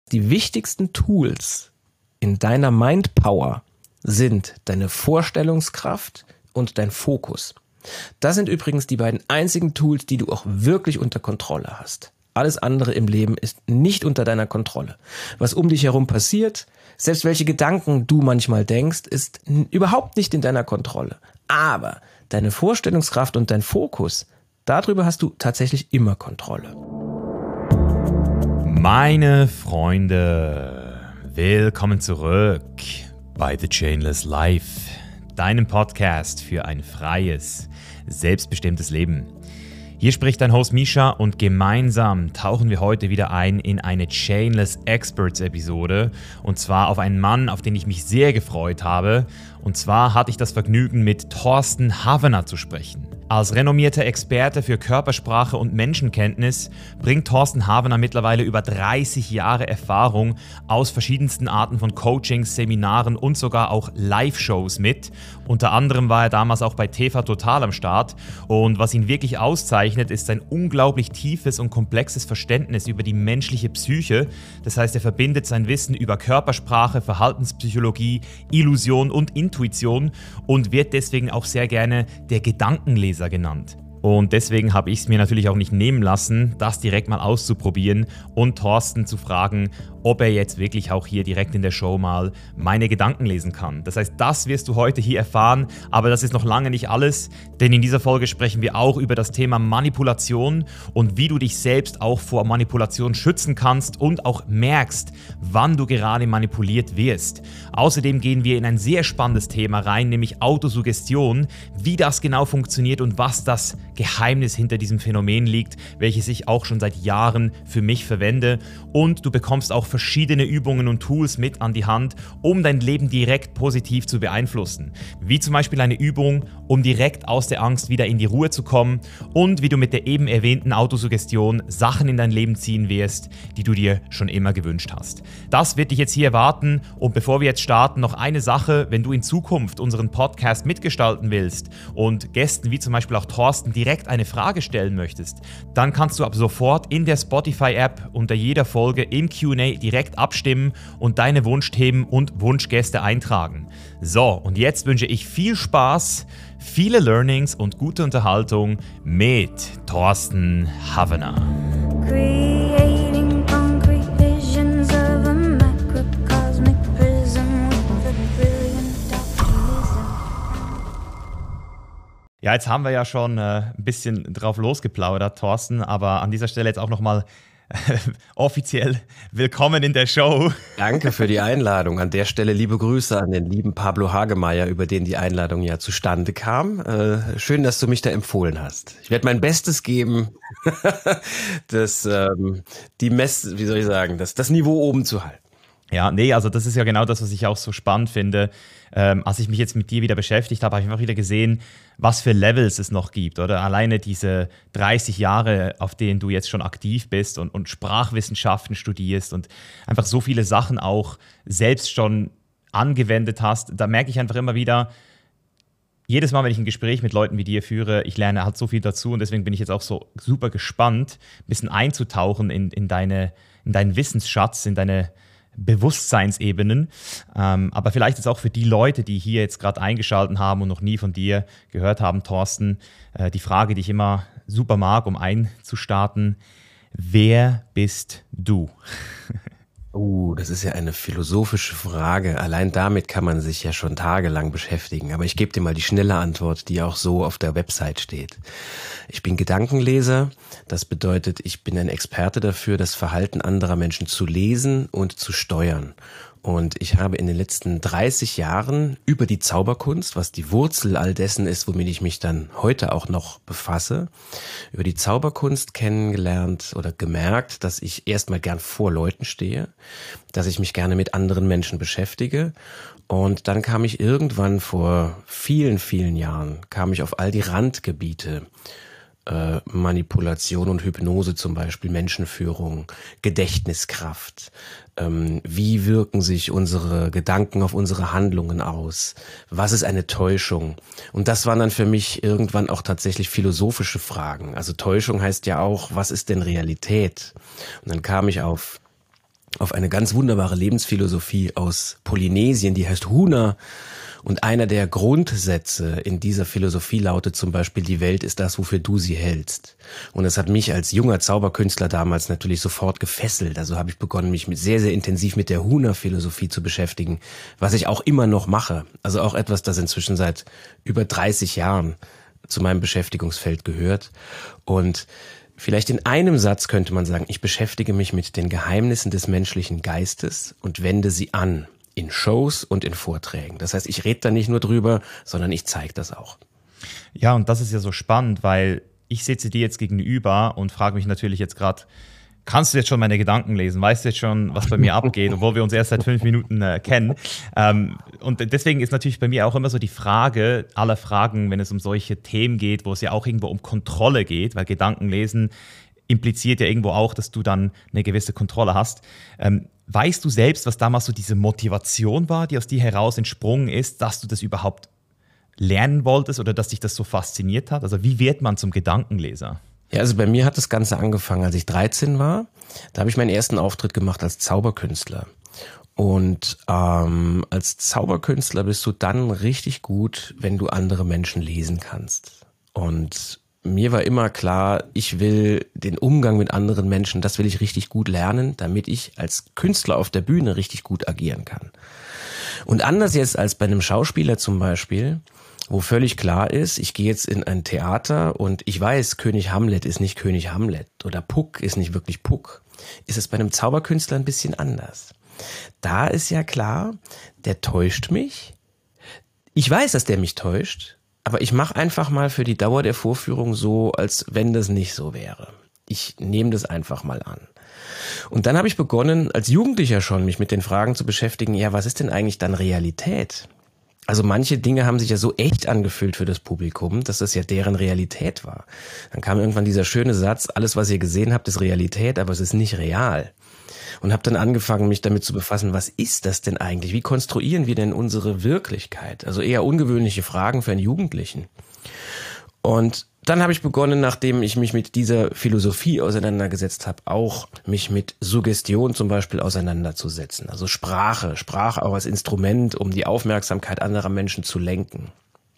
Die wichtigsten Tools in deiner Mindpower sind deine Vorstellungskraft und dein Fokus. Das sind übrigens die beiden einzigen Tools, die du auch wirklich unter Kontrolle hast. Alles andere im Leben ist nicht unter deiner Kontrolle. Was um dich herum passiert, selbst welche Gedanken du manchmal denkst, ist überhaupt nicht in deiner Kontrolle. Aber deine Vorstellungskraft und dein Fokus, darüber hast du tatsächlich immer Kontrolle. Meine Freunde, willkommen zurück bei The Chainless Life, deinem Podcast für ein freies, selbstbestimmtes Leben. Hier spricht dein Host Misha und gemeinsam tauchen wir heute wieder ein in eine Chainless Experts Episode und zwar auf einen Mann, auf den ich mich sehr gefreut habe. Und zwar hatte ich das Vergnügen, mit Thorsten Havener zu sprechen. Als renommierter Experte für Körpersprache und Menschenkenntnis bringt Thorsten Havener mittlerweile über 30 Jahre Erfahrung aus verschiedensten Arten von Coachings, Seminaren und sogar auch Live-Shows mit. Unter anderem war er damals auch bei TV Total am Start. Und was ihn wirklich auszeichnet, ist sein unglaublich tiefes und komplexes Verständnis über die menschliche Psyche. Das heißt, er verbindet sein Wissen über Körpersprache, Verhaltenspsychologie, Illusion und Intuition und wird deswegen auch sehr gerne der Gedankenleser genannt. Und deswegen habe ich es mir natürlich auch nicht nehmen lassen, das direkt mal auszuprobieren und Thorsten zu fragen, ob er jetzt wirklich auch hier direkt in der Show mal meine Gedanken lesen kann. Das heißt, das wirst du heute hier erfahren, aber das ist noch lange nicht alles, denn in dieser Folge sprechen wir auch über das Thema Manipulation und wie du dich selbst auch vor Manipulation schützen kannst und auch merkst, wann du gerade manipuliert wirst. Außerdem gehen wir in ein sehr spannendes Thema rein, nämlich Autosuggestion, wie das genau funktioniert und was das Geheimnis hinter diesem Phänomen liegt, welches ich auch schon seit Jahren für mich verwende. Und du bekommst auch verschiedene Übungen und Tools mit an die Hand, um dein Leben direkt positiv zu beeinflussen. Wie zum Beispiel eine Übung, um direkt aus der Angst wieder in die Ruhe zu kommen und wie du mit der eben erwähnten Autosuggestion Sachen in dein Leben ziehen wirst, die du dir schon immer gewünscht hast. Das wird dich jetzt hier erwarten und bevor wir jetzt starten, noch eine Sache: Wenn du in Zukunft unseren Podcast mitgestalten willst und Gästen wie zum Beispiel auch Thorsten direkt eine Frage stellen möchtest, dann kannst du ab sofort in der Spotify-App unter jeder Folge im Q&A direkt abstimmen und deine Wunschthemen und Wunschgäste eintragen. So, und jetzt wünsche ich viel Spaß, viele Learnings und gute Unterhaltung mit Thorsten Havener. Creating concrete visions of a macrocosmic prism with a brilliant optimism. Ja, jetzt haben wir ja schon ein bisschen drauf losgeplaudert, Thorsten, aber an dieser Stelle jetzt auch nochmal offiziell willkommen in der Show. Danke für die Einladung. An der Stelle liebe Grüße an den lieben Pablo Hagemeyer, über den die Einladung ja zustande kam. Schön, dass du mich da empfohlen hast. Ich werde mein Bestes geben, das Niveau oben zu halten. Ja, nee, also das ist ja genau das, was ich auch so spannend finde. Als ich mich jetzt mit dir wieder beschäftigt habe, habe ich einfach wieder gesehen, was für Levels es noch gibt, oder? Alleine diese 30 Jahre, auf denen du jetzt schon aktiv bist und Sprachwissenschaften studierst und einfach so viele Sachen auch selbst schon angewendet hast, da merke ich einfach immer wieder, jedes Mal, wenn ich ein Gespräch mit Leuten wie dir führe, ich lerne halt so viel dazu und deswegen bin ich jetzt auch so super gespannt, ein bisschen einzutauchen in deinen Wissensschatz, in deine Bewusstseinsebenen. Aber vielleicht ist auch für die Leute, die hier jetzt gerade eingeschaltet haben und noch nie von dir gehört haben, Thorsten, die Frage, die ich immer super mag, um einzustarten: Wer bist du? Das ist ja eine philosophische Frage. Allein damit kann man sich ja schon tagelang beschäftigen. Aber ich gebe dir mal die schnelle Antwort, die auch so auf der Website steht. Ich bin Gedankenleser. Das bedeutet, ich bin ein Experte dafür, das Verhalten anderer Menschen zu lesen und zu steuern. Und ich habe in den letzten 30 Jahren über die Zauberkunst, was die Wurzel all dessen ist, womit ich mich dann heute auch noch befasse, über die Zauberkunst kennengelernt oder gemerkt, dass ich erstmal gern vor Leuten stehe, dass ich mich gerne mit anderen Menschen beschäftige. Und dann kam ich irgendwann vor vielen, vielen Jahren, auf all die Randgebiete, Manipulation und Hypnose zum Beispiel, Menschenführung, Gedächtniskraft. Wie wirken sich unsere Gedanken auf unsere Handlungen aus? Was ist eine Täuschung? Und das waren dann für mich irgendwann auch tatsächlich philosophische Fragen. Also Täuschung heißt ja auch, was ist denn Realität? Und dann kam ich auf auf eine ganz wunderbare Lebensphilosophie aus Polynesien, die heißt Huna. Und einer der Grundsätze in dieser Philosophie lautet zum Beispiel, die Welt ist das, wofür du sie hältst. Und das hat mich als junger Zauberkünstler damals natürlich sofort gefesselt. Also habe ich begonnen, mich sehr, sehr intensiv mit der Huna-Philosophie zu beschäftigen, was ich auch immer noch mache. Also auch etwas, das inzwischen seit über 30 Jahren zu meinem Beschäftigungsfeld gehört. Und vielleicht in einem Satz könnte man sagen, ich beschäftige mich mit den Geheimnissen des menschlichen Geistes und wende sie an. In Shows und in Vorträgen. Das heißt, ich rede da nicht nur drüber, sondern ich zeige das auch. Ja, und das ist ja so spannend, weil ich sitze dir jetzt gegenüber und frage mich natürlich jetzt gerade, kannst du jetzt schon meine Gedanken lesen? Weißt du jetzt schon, was bei mir abgeht, obwohl wir uns erst seit 5 Minuten kennen? Und deswegen ist natürlich bei mir auch immer so die Frage aller Fragen, wenn es um solche Themen geht, wo es ja auch irgendwo um Kontrolle geht, weil Gedankenlesen impliziert ja irgendwo auch, dass du dann eine gewisse Kontrolle hast. Weißt du selbst, was damals so diese Motivation war, die aus dir heraus entsprungen ist, dass du das überhaupt lernen wolltest oder dass dich das so fasziniert hat? Also wie wird man zum Gedankenleser? Ja, also bei mir hat das Ganze angefangen, als ich 13 war. Da habe ich meinen ersten Auftritt gemacht als Zauberkünstler. Und als Zauberkünstler bist du dann richtig gut, wenn du andere Menschen lesen kannst. Und mir war immer klar, ich will den Umgang mit anderen Menschen, das will ich richtig gut lernen, damit ich als Künstler auf der Bühne richtig gut agieren kann. Und anders jetzt als bei einem Schauspieler zum Beispiel, wo völlig klar ist, ich gehe jetzt in ein Theater und ich weiß, König Hamlet ist nicht König Hamlet oder Puck ist nicht wirklich Puck, ist es bei einem Zauberkünstler ein bisschen anders. Da ist ja klar, der täuscht mich. Ich weiß, dass der mich täuscht. Aber ich mache einfach mal für die Dauer der Vorführung so, als wenn das nicht so wäre. Ich nehme das einfach mal an. Und dann habe ich begonnen, als Jugendlicher schon, mich mit den Fragen zu beschäftigen, ja, was ist denn eigentlich dann Realität? Also manche Dinge haben sich ja so echt angefühlt für das Publikum, dass das ja deren Realität war. Dann kam irgendwann dieser schöne Satz, alles, was ihr gesehen habt, ist Realität, aber es ist nicht real. Und habe dann angefangen, mich damit zu befassen, was ist das denn eigentlich? Wie konstruieren wir denn unsere Wirklichkeit? Also eher ungewöhnliche Fragen für einen Jugendlichen. Und dann habe ich begonnen, nachdem ich mich mit dieser Philosophie auseinandergesetzt habe, auch mich mit Suggestion zum Beispiel auseinanderzusetzen. Also Sprache auch als Instrument, um die Aufmerksamkeit anderer Menschen zu lenken.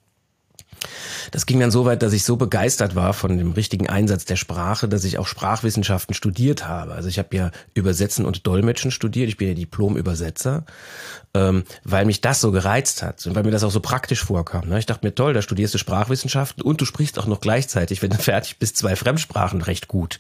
Das ging dann so weit, dass ich so begeistert war von dem richtigen Einsatz der Sprache, dass ich auch Sprachwissenschaften studiert habe. Also ich habe ja Übersetzen und Dolmetschen studiert, ich bin ja Diplom-Übersetzer, weil mich das so gereizt hat und weil mir das auch so praktisch vorkam. Ich dachte mir, toll, da studierst du Sprachwissenschaften und du sprichst auch noch gleichzeitig, wenn du fertig bist, 2 Fremdsprachen recht gut.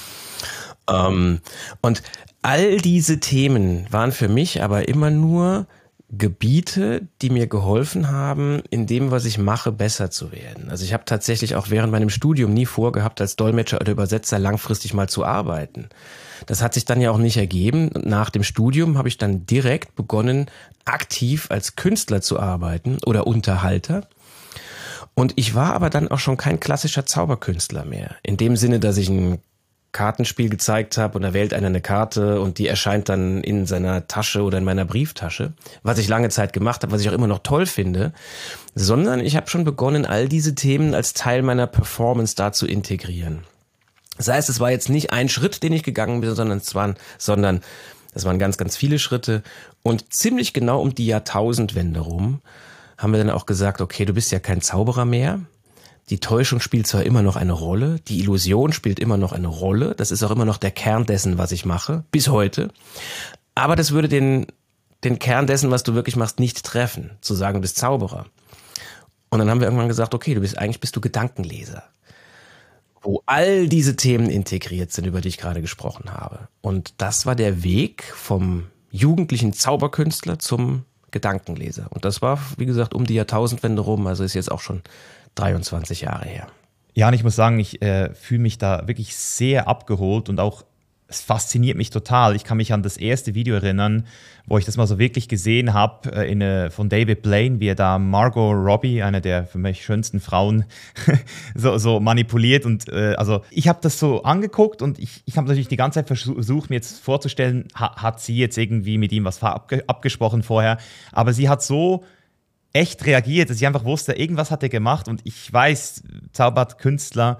Und all diese Themen waren für mich aber immer nur Gebiete, die mir geholfen haben, in dem, was ich mache, besser zu werden. Also ich habe tatsächlich auch während meinem Studium nie vorgehabt, als Dolmetscher oder Übersetzer langfristig mal zu arbeiten. Das hat sich dann ja auch nicht ergeben. Nach dem Studium habe ich dann direkt begonnen, aktiv als Künstler zu arbeiten oder Unterhalter. Und ich war aber dann auch schon kein klassischer Zauberkünstler mehr. In dem Sinne, dass ich ein Kartenspiel gezeigt habe und er wählt einer eine Karte und die erscheint dann in seiner Tasche oder in meiner Brieftasche, was ich lange Zeit gemacht habe, was ich auch immer noch toll finde, sondern ich habe schon begonnen, all diese Themen als Teil meiner Performance da zu integrieren. Das heißt, es war jetzt nicht ein Schritt, den ich gegangen bin, sondern es waren ganz, ganz viele Schritte und ziemlich genau um die Jahrtausendwende rum haben wir dann auch gesagt, okay, du bist ja kein Zauberer mehr. Die Täuschung spielt zwar immer noch eine Rolle, die Illusion spielt immer noch eine Rolle, das ist auch immer noch der Kern dessen, was ich mache, bis heute. Aber das würde den Kern dessen, was du wirklich machst, nicht treffen, zu sagen, du bist Zauberer. Und dann haben wir irgendwann gesagt, okay, eigentlich bist du Gedankenleser, wo all diese Themen integriert sind, über die ich gerade gesprochen habe. Und das war der Weg vom jugendlichen Zauberkünstler zum Gedankenleser. Und das war, wie gesagt, um die Jahrtausendwende rum, also ist jetzt auch schon 23 Jahre her. Ja, und ich muss sagen, ich fühle mich da wirklich sehr abgeholt und auch, es fasziniert mich total. Ich kann mich an das erste Video erinnern, wo ich das mal so wirklich gesehen habe, von David Blaine, wie er da Margot Robbie, eine der für mich schönsten Frauen, so manipuliert. Und also ich habe das so angeguckt und ich habe natürlich die ganze Zeit versucht, mir jetzt vorzustellen, hat sie jetzt irgendwie mit ihm was abgesprochen vorher. Aber sie hat so echt reagiert, dass ich einfach wusste, irgendwas hat er gemacht. Und ich weiß, Zauberkünstler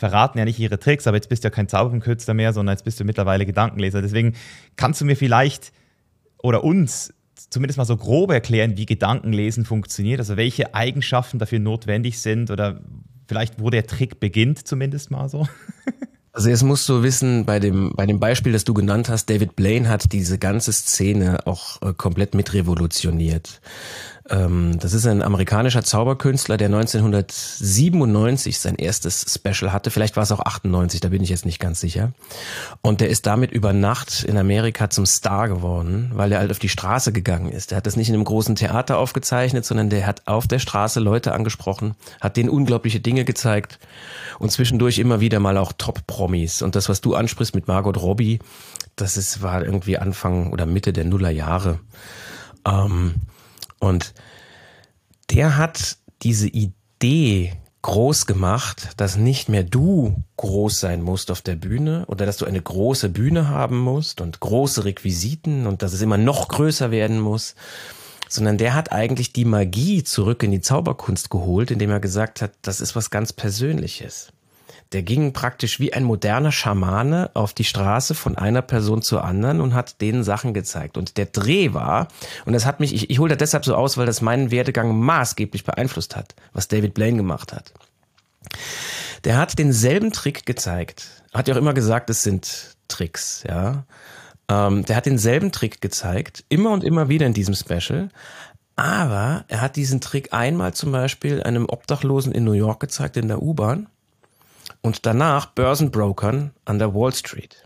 verraten ja nicht ihre Tricks, aber jetzt bist du ja kein Zauberkünstler mehr, sondern jetzt bist du mittlerweile Gedankenleser. Deswegen kannst du mir vielleicht oder uns zumindest mal so grob erklären, wie Gedankenlesen funktioniert, also welche Eigenschaften dafür notwendig sind oder vielleicht, wo der Trick beginnt zumindest mal so. Also jetzt musst du wissen, bei dem Beispiel, das du genannt hast, David Blaine hat diese ganze Szene auch komplett mitrevolutioniert. Das ist ein amerikanischer Zauberkünstler, der 1997 sein erstes Special hatte. Vielleicht war es auch 98, da bin ich jetzt nicht ganz sicher. Und der ist damit über Nacht in Amerika zum Star geworden, weil er halt auf die Straße gegangen ist. Der hat das nicht in einem großen Theater aufgezeichnet, sondern der hat auf der Straße Leute angesprochen, hat denen unglaubliche Dinge gezeigt und zwischendurch immer wieder mal auch Top-Promis. Und das, was du ansprichst mit Margot Robbie, war irgendwie Anfang oder Mitte der Nullerjahre. Und der hat diese Idee groß gemacht, dass nicht mehr du groß sein musst auf der Bühne oder dass du eine große Bühne haben musst und große Requisiten und dass es immer noch größer werden muss, sondern der hat eigentlich die Magie zurück in die Zauberkunst geholt, indem er gesagt hat, das ist was ganz Persönliches. Der ging praktisch wie ein moderner Schamane auf die Straße von einer Person zur anderen und hat denen Sachen gezeigt. Und der Dreh war, und das hat mich, ich hole das deshalb so aus, weil das meinen Werdegang maßgeblich beeinflusst hat, was David Blaine gemacht hat. Der hat denselben Trick gezeigt. Hat ja auch immer gesagt, es sind Tricks, ja. Der hat denselben Trick gezeigt, immer und immer wieder in diesem Special. Aber er hat diesen Trick einmal zum Beispiel einem Obdachlosen in New York gezeigt, in der U-Bahn. Und danach Börsenbrokern an der Wall Street.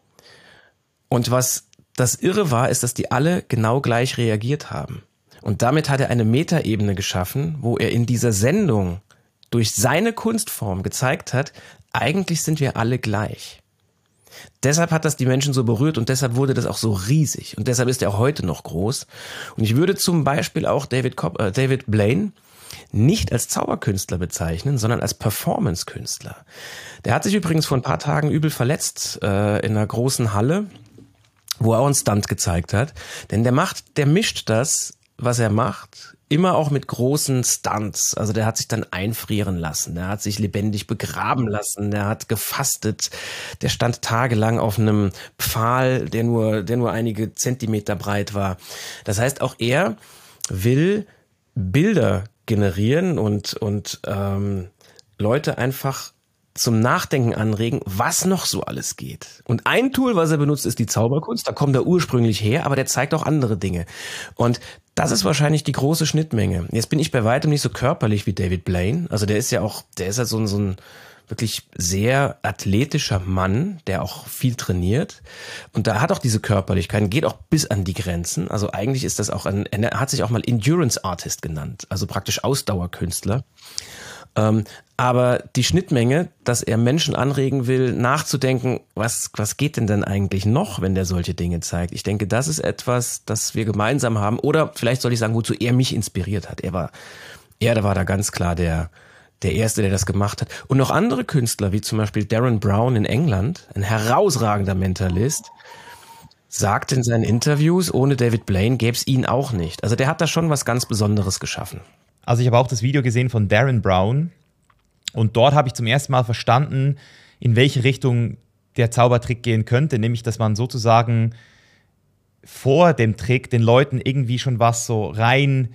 Und was das Irre war, ist, dass die alle genau gleich reagiert haben. Und damit hat er eine Metaebene geschaffen, wo er in dieser Sendung durch seine Kunstform gezeigt hat, eigentlich sind wir alle gleich. Deshalb hat das die Menschen so berührt und deshalb wurde das auch so riesig. Und deshalb ist er auch heute noch groß. Und ich würde zum Beispiel auch David Blaine nicht als Zauberkünstler bezeichnen, sondern als Performance-Künstler. Der hat sich übrigens vor ein paar Tagen übel verletzt in einer großen Halle, wo er auch einen Stunt gezeigt hat. Denn der mischt das, was er macht, immer auch mit großen Stunts. Also der hat sich dann einfrieren lassen, der hat sich lebendig begraben lassen, der hat gefastet, der stand tagelang auf einem Pfahl, der nur einige Zentimeter breit war. Das heißt, auch er will Bilder generieren und Leute einfach zum Nachdenken anregen, was noch so alles geht. Und ein Tool, was er benutzt, ist die Zauberkunst. Da kommt er ursprünglich her, aber der zeigt auch andere Dinge. Und das ist wahrscheinlich die große Schnittmenge. Jetzt bin ich bei weitem nicht so körperlich wie David Blaine. Also der ist ja so ein wirklich sehr athletischer Mann, der auch viel trainiert. Und da hat auch diese Körperlichkeit, geht auch bis an die Grenzen. Also eigentlich ist das auch er hat sich auch mal Endurance Artist genannt, also praktisch Ausdauerkünstler. Aber die Schnittmenge, dass er Menschen anregen will, nachzudenken, was geht denn dann eigentlich noch, wenn der solche Dinge zeigt? Ich denke, das ist etwas, das wir gemeinsam haben. Oder vielleicht soll ich sagen, wozu er mich inspiriert hat. Er war da ganz klar der Erste, der das gemacht hat. Und noch andere Künstler, wie zum Beispiel Darren Brown in England, ein herausragender Mentalist, sagt in seinen Interviews, ohne David Blaine gäbe es ihn auch nicht. Also der hat da schon was ganz Besonderes geschaffen. Also ich habe auch das Video gesehen von Darren Brown und dort habe ich zum ersten Mal verstanden, in welche Richtung der Zaubertrick gehen könnte, nämlich dass man sozusagen vor dem Trick den Leuten irgendwie schon was so rein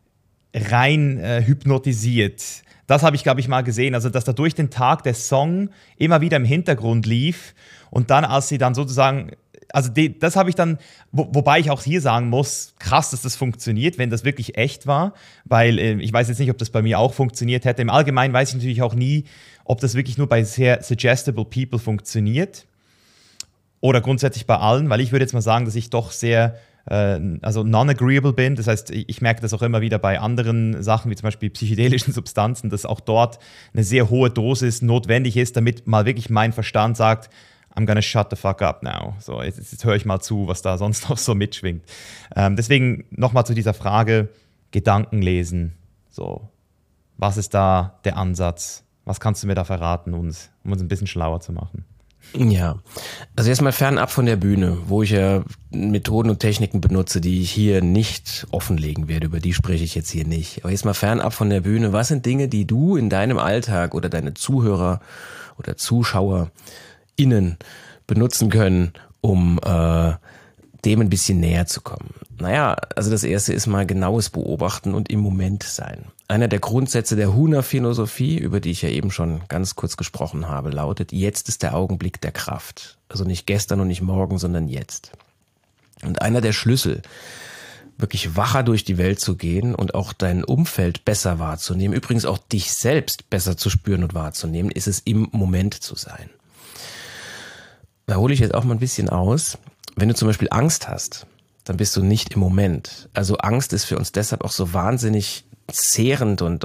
hypnotisiert. Das habe ich, glaube ich, mal gesehen. Also, dass da durch den Tag der Song immer wieder im Hintergrund lief und dann, als sie dann sozusagen, also das habe ich dann, wobei ich auch hier sagen muss, krass, dass das funktioniert, wenn das wirklich echt war, weil ich weiß jetzt nicht, ob das bei mir auch funktioniert hätte. Im Allgemeinen weiß ich natürlich auch nie, ob das wirklich nur bei sehr suggestible people funktioniert oder grundsätzlich bei allen, weil ich würde jetzt mal sagen, dass ich doch sehr non-agreeable bin. Das heißt, ich merke das auch immer wieder bei anderen Sachen, wie zum Beispiel psychedelischen Substanzen, dass auch dort eine sehr hohe Dosis notwendig ist, damit mal wirklich mein Verstand sagt, I'm gonna shut the fuck up now. So, jetzt höre ich mal zu, was da sonst noch so mitschwingt. Deswegen nochmal zu dieser Frage, Gedanken lesen. So, was ist da der Ansatz? Was kannst du mir da verraten, um uns ein bisschen schlauer zu machen? Ja, also erstmal fernab von der Bühne, wo ich ja Methoden und Techniken benutze, die ich hier nicht offenlegen werde, über die spreche ich jetzt hier nicht. Aber erstmal fernab von der Bühne, was sind Dinge, die du in deinem Alltag oder deine Zuhörer oder ZuschauerInnen benutzen können, um dem ein bisschen näher zu kommen? Naja, also das erste ist mal genaues Beobachten und im Moment sein. Einer der Grundsätze der Huna-Philosophie, über die ich ja eben schon ganz kurz gesprochen habe, lautet: Jetzt ist der Augenblick der Kraft. Also nicht gestern und nicht morgen, sondern jetzt. Und einer der Schlüssel, wirklich wacher durch die Welt zu gehen und auch dein Umfeld besser wahrzunehmen, übrigens auch dich selbst besser zu spüren und wahrzunehmen, ist es, im Moment zu sein. Da hole ich jetzt auch mal ein bisschen aus. Wenn du zum Beispiel Angst hast, dann bist du nicht im Moment. Also Angst ist für uns deshalb auch so wahnsinnig zehrend und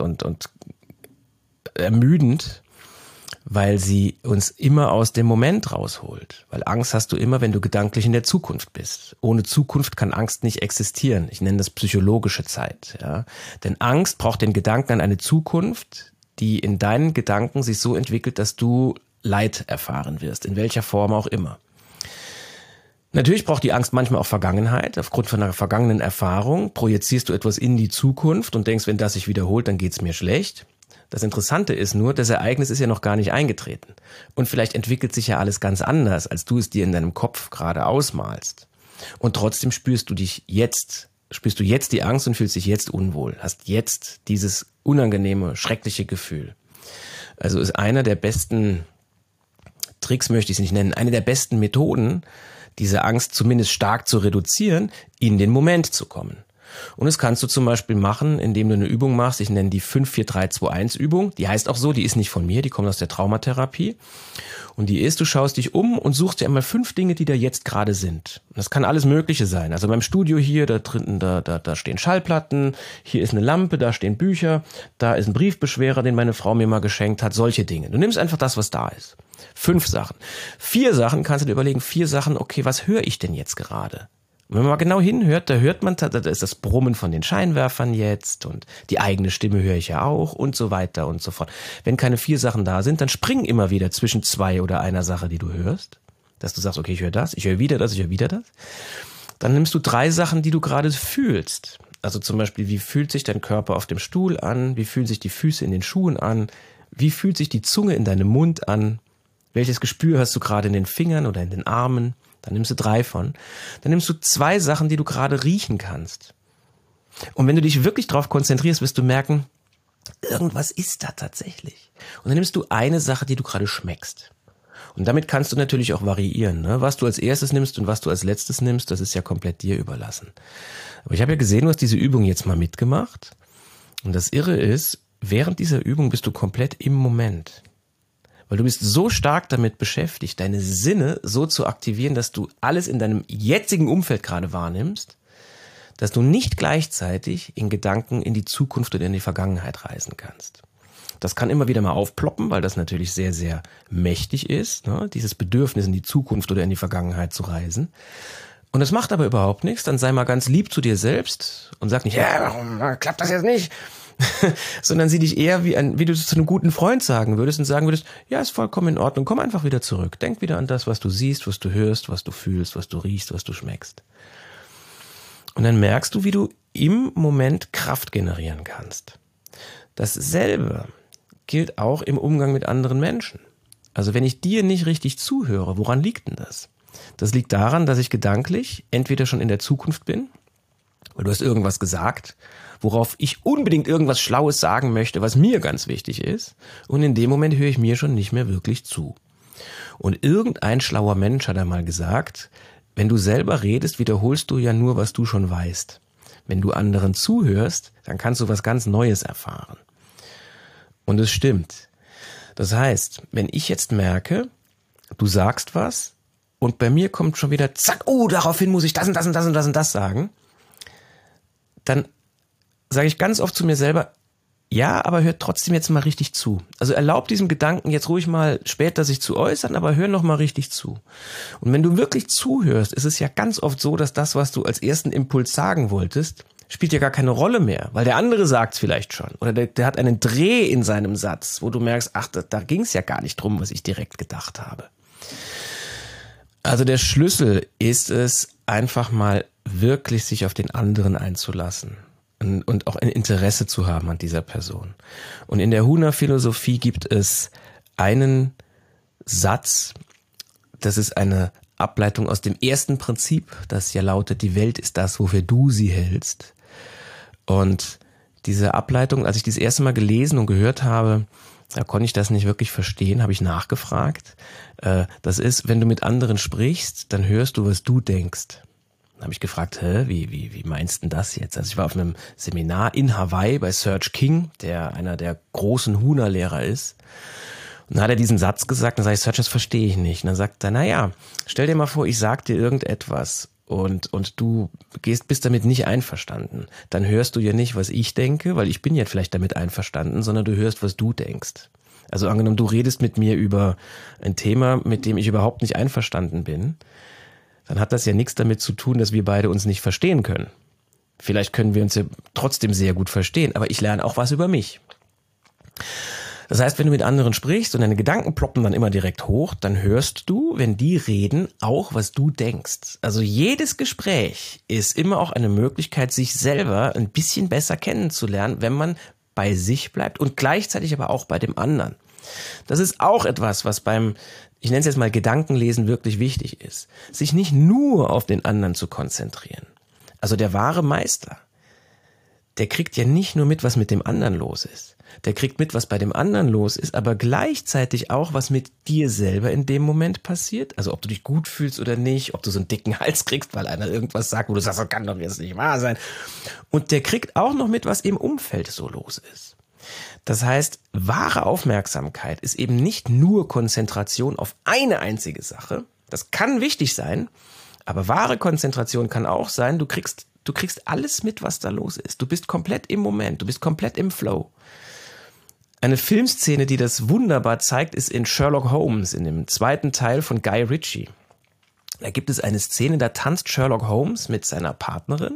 ermüdend, weil sie uns immer aus dem Moment rausholt. Weil Angst hast du immer, wenn du gedanklich in der Zukunft bist. Ohne Zukunft kann Angst nicht existieren. Ich nenne das psychologische Zeit. Ja? Denn Angst braucht den Gedanken an eine Zukunft, die in deinen Gedanken sich so entwickelt, dass du Leid erfahren wirst, in welcher Form auch immer. Natürlich braucht die Angst manchmal auch Vergangenheit. Aufgrund von einer vergangenen Erfahrung projizierst du etwas in die Zukunft und denkst, wenn das sich wiederholt, dann geht's mir schlecht. Das Interessante ist nur, das Ereignis ist ja noch gar nicht eingetreten. Und vielleicht entwickelt sich ja alles ganz anders, als du es dir in deinem Kopf gerade ausmalst. Und trotzdem spürst du jetzt die Angst und fühlst dich jetzt unwohl. Hast jetzt dieses unangenehme, schreckliche Gefühl. Also ist einer der besten Tricks, möchte ich es nicht nennen, eine der besten Methoden, diese Angst zumindest stark zu reduzieren, in den Moment zu kommen. Und das kannst du zum Beispiel machen, indem du eine Übung machst. Ich nenne die 5-4-3-2-1-Übung. Die heißt auch so, die ist nicht von mir, die kommt aus der Traumatherapie. Und die ist, du schaust dich um und suchst dir einmal 5 Dinge, die da jetzt gerade sind. Das kann alles Mögliche sein. Also beim Studio hier, da stehen Schallplatten, hier ist eine Lampe, da stehen Bücher, da ist ein Briefbeschwerer, den meine Frau mir mal geschenkt hat, solche Dinge. Du nimmst einfach das, was da ist. 5 Sachen. 4 Sachen kannst du dir überlegen, 4 Sachen, okay, was höre ich denn jetzt gerade? Und wenn man mal genau hinhört, da hört man, da ist das Brummen von den Scheinwerfern jetzt und die eigene Stimme höre ich ja auch und so weiter und so fort. Wenn keine 4 Sachen da sind, dann springen immer wieder zwischen 2 oder einer Sache, die du hörst, dass du sagst, okay, ich höre das, ich höre wieder das, ich höre wieder das. Dann nimmst du 3 Sachen, die du gerade fühlst. Also zum Beispiel, wie fühlt sich dein Körper auf dem Stuhl an? Wie fühlen sich die Füße in den Schuhen an? Wie fühlt sich die Zunge in deinem Mund an? Welches Gespür hast du gerade in den Fingern oder in den Armen? Dann nimmst du 3 von. Dann nimmst du 2 Sachen, die du gerade riechen kannst. Und wenn du dich wirklich darauf konzentrierst, wirst du merken, irgendwas ist da tatsächlich. Und dann nimmst du eine Sache, die du gerade schmeckst. Und damit kannst du natürlich auch variieren, ne? Was du als erstes nimmst und was du als letztes nimmst, das ist ja komplett dir überlassen. Aber ich habe ja gesehen, du hast diese Übung jetzt mal mitgemacht. Und das Irre ist, während dieser Übung bist du komplett im Moment. Weil du bist so stark damit beschäftigt, deine Sinne so zu aktivieren, dass du alles in deinem jetzigen Umfeld gerade wahrnimmst, dass du nicht gleichzeitig in Gedanken in die Zukunft oder in die Vergangenheit reisen kannst. Das kann immer wieder mal aufploppen, weil das natürlich sehr, sehr mächtig ist, ne? Dieses Bedürfnis in die Zukunft oder in die Vergangenheit zu reisen. Und das macht aber überhaupt nichts. Dann sei mal ganz lieb zu dir selbst und sag nicht, ja, warum klappt das jetzt nicht? Sondern sieh dich eher wie du es zu einem guten Freund sagen würdest und sagen würdest, ja, ist vollkommen in Ordnung, komm einfach wieder zurück. Denk wieder an das, was du siehst, was du hörst, was du fühlst, was du riechst, was du schmeckst. Und dann merkst du, wie du im Moment Kraft generieren kannst. Dasselbe gilt auch im Umgang mit anderen Menschen. Also wenn ich dir nicht richtig zuhöre, woran liegt denn das? Das liegt daran, dass ich gedanklich entweder schon in der Zukunft bin, weil du hast irgendwas gesagt, worauf ich unbedingt irgendwas Schlaues sagen möchte, was mir ganz wichtig ist. Und in dem Moment höre ich mir schon nicht mehr wirklich zu. Und irgendein schlauer Mensch hat einmal gesagt, wenn du selber redest, wiederholst du ja nur, was du schon weißt. Wenn du anderen zuhörst, dann kannst du was ganz Neues erfahren. Und es stimmt. Das heißt, wenn ich jetzt merke, du sagst was und bei mir kommt schon wieder, zack, daraufhin muss ich das und das und das und das und das sagen, dann sage ich ganz oft zu mir selber, ja, aber hör trotzdem jetzt mal richtig zu. Also erlaub diesem Gedanken jetzt ruhig mal später sich zu äußern, aber hör noch mal richtig zu. Und wenn du wirklich zuhörst, ist es ja ganz oft so, dass das, was du als ersten Impuls sagen wolltest, spielt ja gar keine Rolle mehr, weil der andere sagt es vielleicht schon. Oder der hat einen Dreh in seinem Satz, wo du merkst, ach, da ging es ja gar nicht drum, was ich direkt gedacht habe. Also der Schlüssel ist es, einfach mal wirklich sich auf den anderen einzulassen und auch ein Interesse zu haben an dieser Person. Und in der Huna-Philosophie gibt es einen Satz, das ist eine Ableitung aus dem ersten Prinzip, das ja lautet, die Welt ist das, wofür du sie hältst. Und diese Ableitung, als ich das erste Mal gelesen und gehört habe, da konnte ich das nicht wirklich verstehen, habe ich nachgefragt. Das ist, wenn du mit anderen sprichst, dann hörst du, was du denkst. Dann habe ich gefragt, wie meinst du das jetzt? Also ich war auf einem Seminar in Hawaii bei Serge King, der einer der großen Huna-Lehrer ist. Und dann hat er diesen Satz gesagt, dann sage ich, Serge, das verstehe ich nicht. Und dann sagt er, naja, stell dir mal vor, ich sag dir irgendetwas und du bist damit nicht einverstanden. Dann hörst du ja nicht, was ich denke, weil ich bin ja vielleicht damit einverstanden, sondern du hörst, was du denkst. Also angenommen, du redest mit mir über ein Thema, mit dem ich überhaupt nicht einverstanden bin, dann hat das ja nichts damit zu tun, dass wir beide uns nicht verstehen können. Vielleicht können wir uns ja trotzdem sehr gut verstehen, aber ich lerne auch was über mich. Das heißt, wenn du mit anderen sprichst und deine Gedanken ploppen dann immer direkt hoch, dann hörst du, wenn die reden, auch, was du denkst. Also jedes Gespräch ist immer auch eine Möglichkeit, sich selber ein bisschen besser kennenzulernen, wenn man bei sich bleibt und gleichzeitig aber auch bei dem anderen. Das ist auch etwas, was beim, ich nenne es jetzt mal Gedankenlesen, wirklich wichtig ist. Sich nicht nur auf den anderen zu konzentrieren. Also der wahre Meister, der kriegt ja nicht nur mit, was mit dem anderen los ist. Der kriegt mit, was bei dem anderen los ist, aber gleichzeitig auch, was mit dir selber in dem Moment passiert. Also ob du dich gut fühlst oder nicht, ob du so einen dicken Hals kriegst, weil einer irgendwas sagt, wo du sagst, das kann doch jetzt nicht wahr sein. Und der kriegt auch noch mit, was im Umfeld so los ist. Das heißt, wahre Aufmerksamkeit ist eben nicht nur Konzentration auf eine einzige Sache. Das kann wichtig sein, aber wahre Konzentration kann auch sein, du kriegst alles mit, was da los ist. Du bist komplett im Moment, du bist komplett im Flow. Eine Filmszene, die das wunderbar zeigt, ist in Sherlock Holmes, in dem zweiten Teil von Guy Ritchie. Da gibt es eine Szene, da tanzt Sherlock Holmes mit seiner Partnerin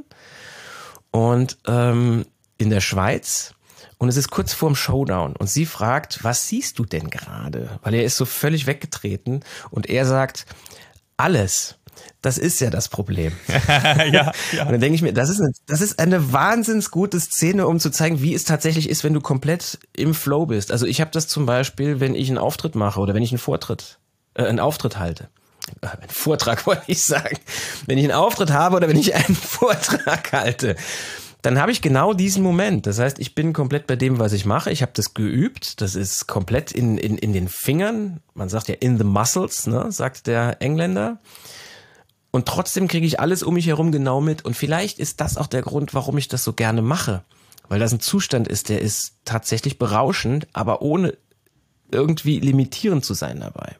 und in der Schweiz. Und es ist kurz vorm Showdown. Und sie fragt, was siehst du denn gerade? Weil er ist so völlig weggetreten. Und er sagt, alles. Das ist ja das Problem. Ja. Und dann denke ich mir, das ist eine wahnsinns gute Szene, um zu zeigen, wie es tatsächlich ist, wenn du komplett im Flow bist. Also ich habe das zum Beispiel, wenn ich einen Auftritt mache oder wenn ich einen Auftritt halte. Einen Vortrag wollte ich sagen. Wenn ich einen Auftritt habe oder wenn ich einen Vortrag halte, dann habe ich genau diesen Moment. Das heißt, ich bin komplett bei dem, was ich mache. Ich habe das geübt. Das ist komplett in den Fingern. Man sagt ja in the muscles, ne, sagt der Engländer. Und trotzdem kriege ich alles um mich herum genau mit. Und vielleicht ist das auch der Grund, warum ich das so gerne mache. Weil das ein Zustand ist, der ist tatsächlich berauschend, aber ohne irgendwie limitierend zu sein dabei.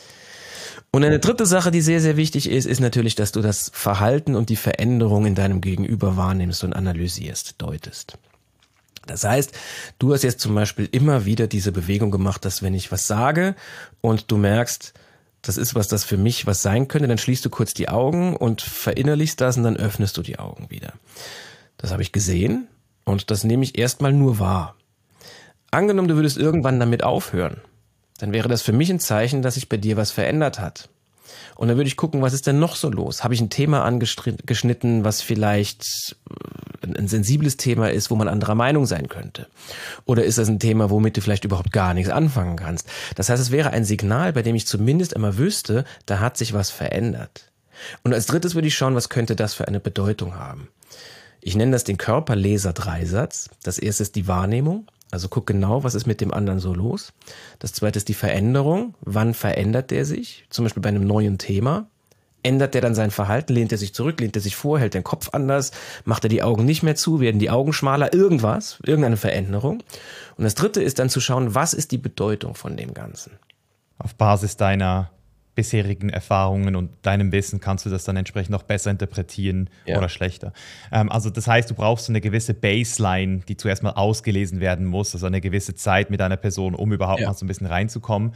Und eine dritte Sache, die sehr, sehr wichtig ist, ist natürlich, dass du das Verhalten und die Veränderung in deinem Gegenüber wahrnimmst und analysierst, deutest. Das heißt, du hast jetzt zum Beispiel immer wieder diese Bewegung gemacht, dass wenn ich was sage und du merkst, das ist was, das für mich was sein könnte, dann schließt du kurz die Augen und verinnerlichst das und dann öffnest du die Augen wieder. Das habe ich gesehen und das nehme ich erstmal nur wahr. Angenommen, du würdest irgendwann damit aufhören, dann wäre das für mich ein Zeichen, dass sich bei dir was verändert hat. Und dann würde ich gucken, was ist denn noch so los? Habe ich ein Thema angeschnitten, was vielleicht ein sensibles Thema ist, wo man anderer Meinung sein könnte? Oder ist das ein Thema, womit du vielleicht überhaupt gar nichts anfangen kannst? Das heißt, es wäre ein Signal, bei dem ich zumindest einmal wüsste, da hat sich was verändert. Und als drittes würde ich schauen, was könnte das für eine Bedeutung haben? Ich nenne das den Körperleser-Dreisatz. Das erste ist die Wahrnehmung. Also guck genau, was ist mit dem anderen so los. Das zweite ist die Veränderung. Wann verändert der sich? Zum Beispiel bei einem neuen Thema. Ändert der dann sein Verhalten? Lehnt er sich zurück? Lehnt er sich vor? Hält den Kopf anders? Macht er die Augen nicht mehr zu? Werden die Augen schmaler? Irgendwas. Irgendeine Veränderung. Und das dritte ist dann zu schauen, was ist die Bedeutung von dem Ganzen? Auf Basis deiner bisherigen Erfahrungen und deinem Wissen kannst du das dann entsprechend noch besser interpretieren oder schlechter. Also das heißt, du brauchst so eine gewisse Baseline, die zuerst mal ausgelesen werden muss, also eine gewisse Zeit mit einer Person, um überhaupt mal so ein bisschen reinzukommen.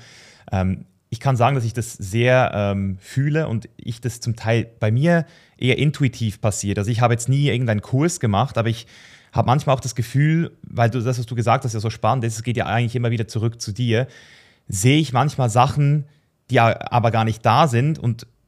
Ich kann sagen, dass ich das sehr fühle und ich das zum Teil bei mir eher intuitiv passiert. Also ich habe jetzt nie irgendeinen Kurs gemacht, aber ich habe manchmal auch das Gefühl, weil du das, was du gesagt hast, ja so spannend ist, es geht ja eigentlich immer wieder zurück zu dir, sehe ich manchmal Sachen, die aber gar nicht da sind und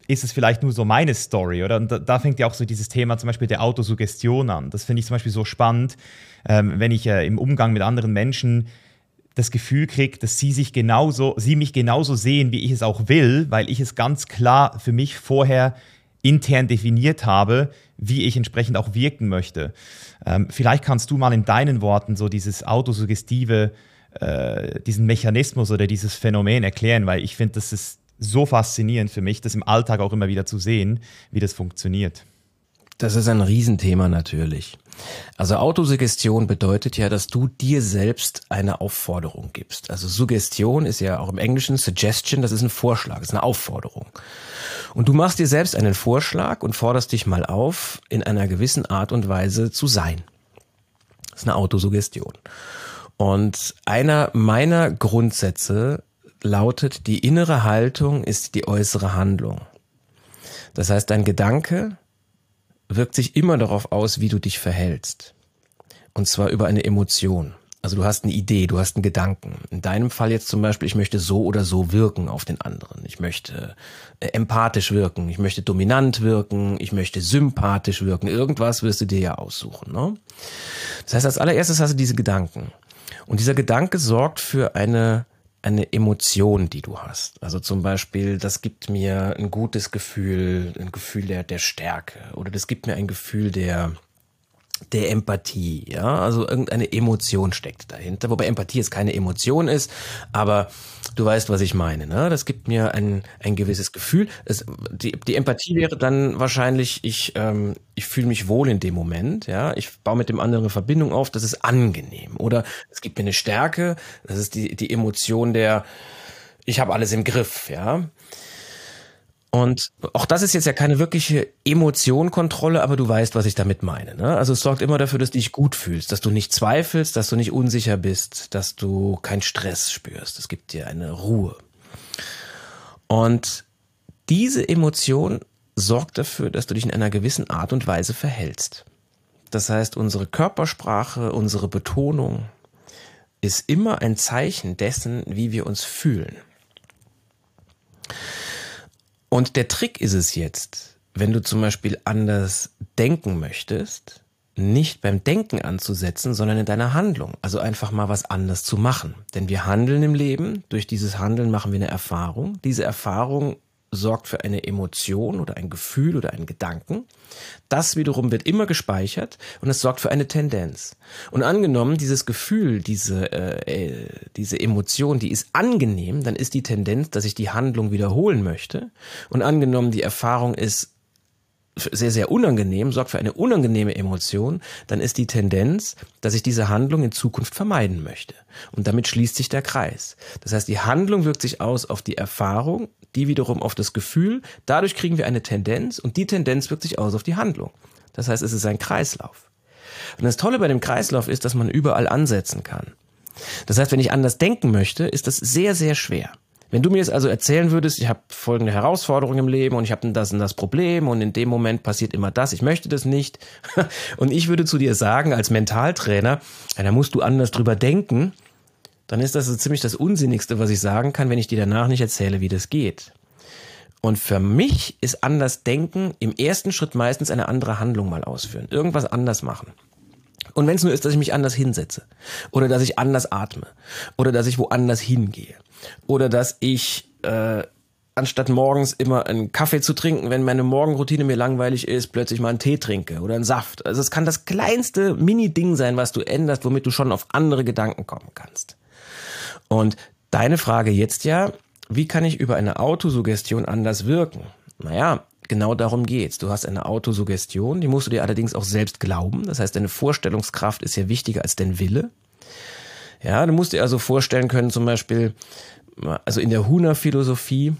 ist es vielleicht nur so meine Story, oder? Und da fängt ja auch so dieses Thema zum Beispiel der Autosuggestion an. Das finde ich zum Beispiel so spannend, wenn ich im Umgang mit anderen Menschen das Gefühl kriege, dass sie mich genauso sehen, wie ich es auch will, weil ich es ganz klar für mich vorher intern definiert habe, wie ich entsprechend auch wirken möchte. Vielleicht kannst du mal in deinen Worten so dieses autosuggestive, diesen Mechanismus oder dieses Phänomen erklären, weil ich finde, das ist so faszinierend für mich, das im Alltag auch immer wieder zu sehen, wie das funktioniert. Das ist ein Riesenthema natürlich. Also Autosuggestion bedeutet ja, dass du dir selbst eine Aufforderung gibst. Also Suggestion ist ja auch im Englischen Suggestion, das ist ein Vorschlag, das ist eine Aufforderung. Und du machst dir selbst einen Vorschlag und forderst dich mal auf, in einer gewissen Art und Weise zu sein. Das ist eine Autosuggestion. Und einer meiner Grundsätze lautet, die innere Haltung ist die äußere Handlung. Das heißt, dein Gedanke wirkt sich immer darauf aus, wie du dich verhältst. Und zwar über eine Emotion. Also du hast eine Idee, du hast einen Gedanken. In deinem Fall jetzt zum Beispiel, ich möchte so oder so wirken auf den anderen. Ich möchte empathisch wirken, ich möchte dominant wirken, ich möchte sympathisch wirken. Irgendwas wirst du dir ja aussuchen, ne? Das heißt, als allererstes hast du diese Gedanken. Und dieser Gedanke sorgt für eine Emotion, die du hast. Also zum Beispiel, das gibt mir ein gutes Gefühl, ein Gefühl der Stärke. Oder das gibt mir ein Gefühl der Empathie, ja, also irgendeine Emotion steckt dahinter, wobei Empathie jetzt keine Emotion ist, aber du weißt, was ich meine, ne? Das gibt mir ein gewisses Gefühl. Die Empathie wäre dann wahrscheinlich, ich fühle mich wohl in dem Moment, ja, ich baue mit dem anderen eine Verbindung auf, das ist angenehm. Oder es gibt mir eine Stärke, das ist die Emotion ich habe alles im Griff, ja. Und auch das ist jetzt ja keine wirkliche Emotionenkontrolle, aber du weißt, was ich damit meine, ne? Also es sorgt immer dafür, dass du dich gut fühlst, dass du nicht zweifelst, dass du nicht unsicher bist, dass du keinen Stress spürst. Es gibt dir eine Ruhe. Und diese Emotion sorgt dafür, dass du dich in einer gewissen Art und Weise verhältst. Das heißt, unsere Körpersprache, unsere Betonung ist immer ein Zeichen dessen, wie wir uns fühlen. Und der Trick ist es jetzt, wenn du zum Beispiel anders denken möchtest, nicht beim Denken anzusetzen, sondern in deiner Handlung. Also einfach mal was anders zu machen. Denn wir handeln im Leben, durch dieses Handeln machen wir eine Erfahrung. Diese Erfahrung sorgt für eine Emotion oder ein Gefühl oder einen Gedanken. Das wiederum wird immer gespeichert und es sorgt für eine Tendenz. Und angenommen, dieses Gefühl, diese Emotion, die ist angenehm, dann ist die Tendenz, dass ich die Handlung wiederholen möchte. Und angenommen, die Erfahrung ist sehr, sehr unangenehm, sorgt für eine unangenehme Emotion, dann ist die Tendenz, dass ich diese Handlung in Zukunft vermeiden möchte. Und damit schließt sich der Kreis. Das heißt, die Handlung wirkt sich aus auf die Erfahrung, die wiederum auf das Gefühl. Dadurch kriegen wir eine Tendenz und die Tendenz wirkt sich aus auf die Handlung. Das heißt, es ist ein Kreislauf. Und das Tolle bei dem Kreislauf ist, dass man überall ansetzen kann. Das heißt, wenn ich anders denken möchte, ist das sehr, sehr schwer. Wenn du mir jetzt also erzählen würdest, ich habe folgende Herausforderung im Leben und ich habe das und das Problem und in dem Moment passiert immer das, ich möchte das nicht, und ich würde zu dir sagen, als Mentaltrainer, ja, da musst du anders drüber denken, dann ist das so ziemlich das Unsinnigste, was ich sagen kann, wenn ich dir danach nicht erzähle, wie das geht. Und für mich ist anders denken im ersten Schritt meistens eine andere Handlung mal ausführen, irgendwas anders machen. Und wenn es nur ist, dass ich mich anders hinsetze oder dass ich anders atme oder dass ich woanders hingehe oder dass ich anstatt morgens immer einen Kaffee zu trinken, wenn meine Morgenroutine mir langweilig ist, plötzlich mal einen Tee trinke oder einen Saft. Also es kann das kleinste Mini-Ding sein, was du änderst, womit du schon auf andere Gedanken kommen kannst. Und deine Frage jetzt ja, wie kann ich über eine Autosuggestion anders wirken? Naja, genau darum geht's. Du hast eine Autosuggestion, die musst du dir allerdings auch selbst glauben. Das heißt, deine Vorstellungskraft ist ja wichtiger als dein Wille. Ja, du musst dir also vorstellen können, zum Beispiel, also in der Huna-Philosophie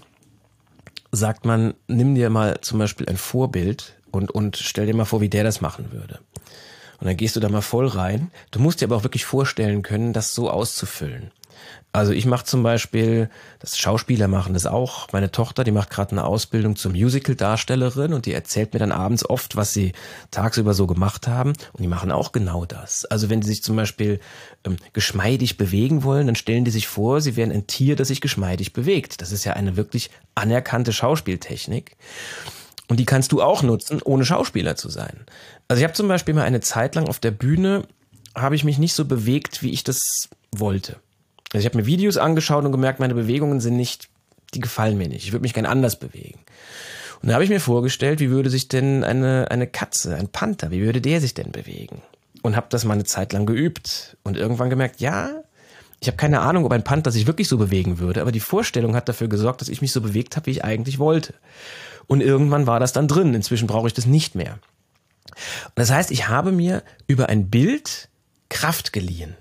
sagt man, nimm dir mal zum Beispiel ein Vorbild und stell dir mal vor, wie der das machen würde. Und dann gehst du da mal voll rein. Du musst dir aber auch wirklich vorstellen können, das so auszufüllen. Also ich mache zum Beispiel, das Schauspieler machen das auch, meine Tochter, die macht gerade eine Ausbildung zur Musical-Darstellerin und die erzählt mir dann abends oft, was sie tagsüber so gemacht haben und die machen auch genau das. Also wenn die sich zum Beispiel geschmeidig bewegen wollen, dann stellen die sich vor, sie wären ein Tier, das sich geschmeidig bewegt. Das ist ja eine wirklich anerkannte Schauspieltechnik und die kannst du auch nutzen, ohne Schauspieler zu sein. Also ich habe zum Beispiel mal eine Zeit lang auf der Bühne, habe ich mich nicht so bewegt, wie ich das wollte. Also ich habe mir Videos angeschaut und gemerkt, meine Bewegungen sind nicht, die gefallen mir nicht. Ich würde mich gern anders bewegen. Und da habe ich mir vorgestellt, wie würde sich denn eine Katze, ein Panther, wie würde der sich denn bewegen? Und habe das mal eine Zeit lang geübt und irgendwann gemerkt, ja, ich habe keine Ahnung, ob ein Panther sich wirklich so bewegen würde, aber die Vorstellung hat dafür gesorgt, dass ich mich so bewegt habe, wie ich eigentlich wollte. Und irgendwann war das dann drin. Inzwischen brauche ich das nicht mehr. Und das heißt, ich habe mir über ein Bild Kraft geliehen.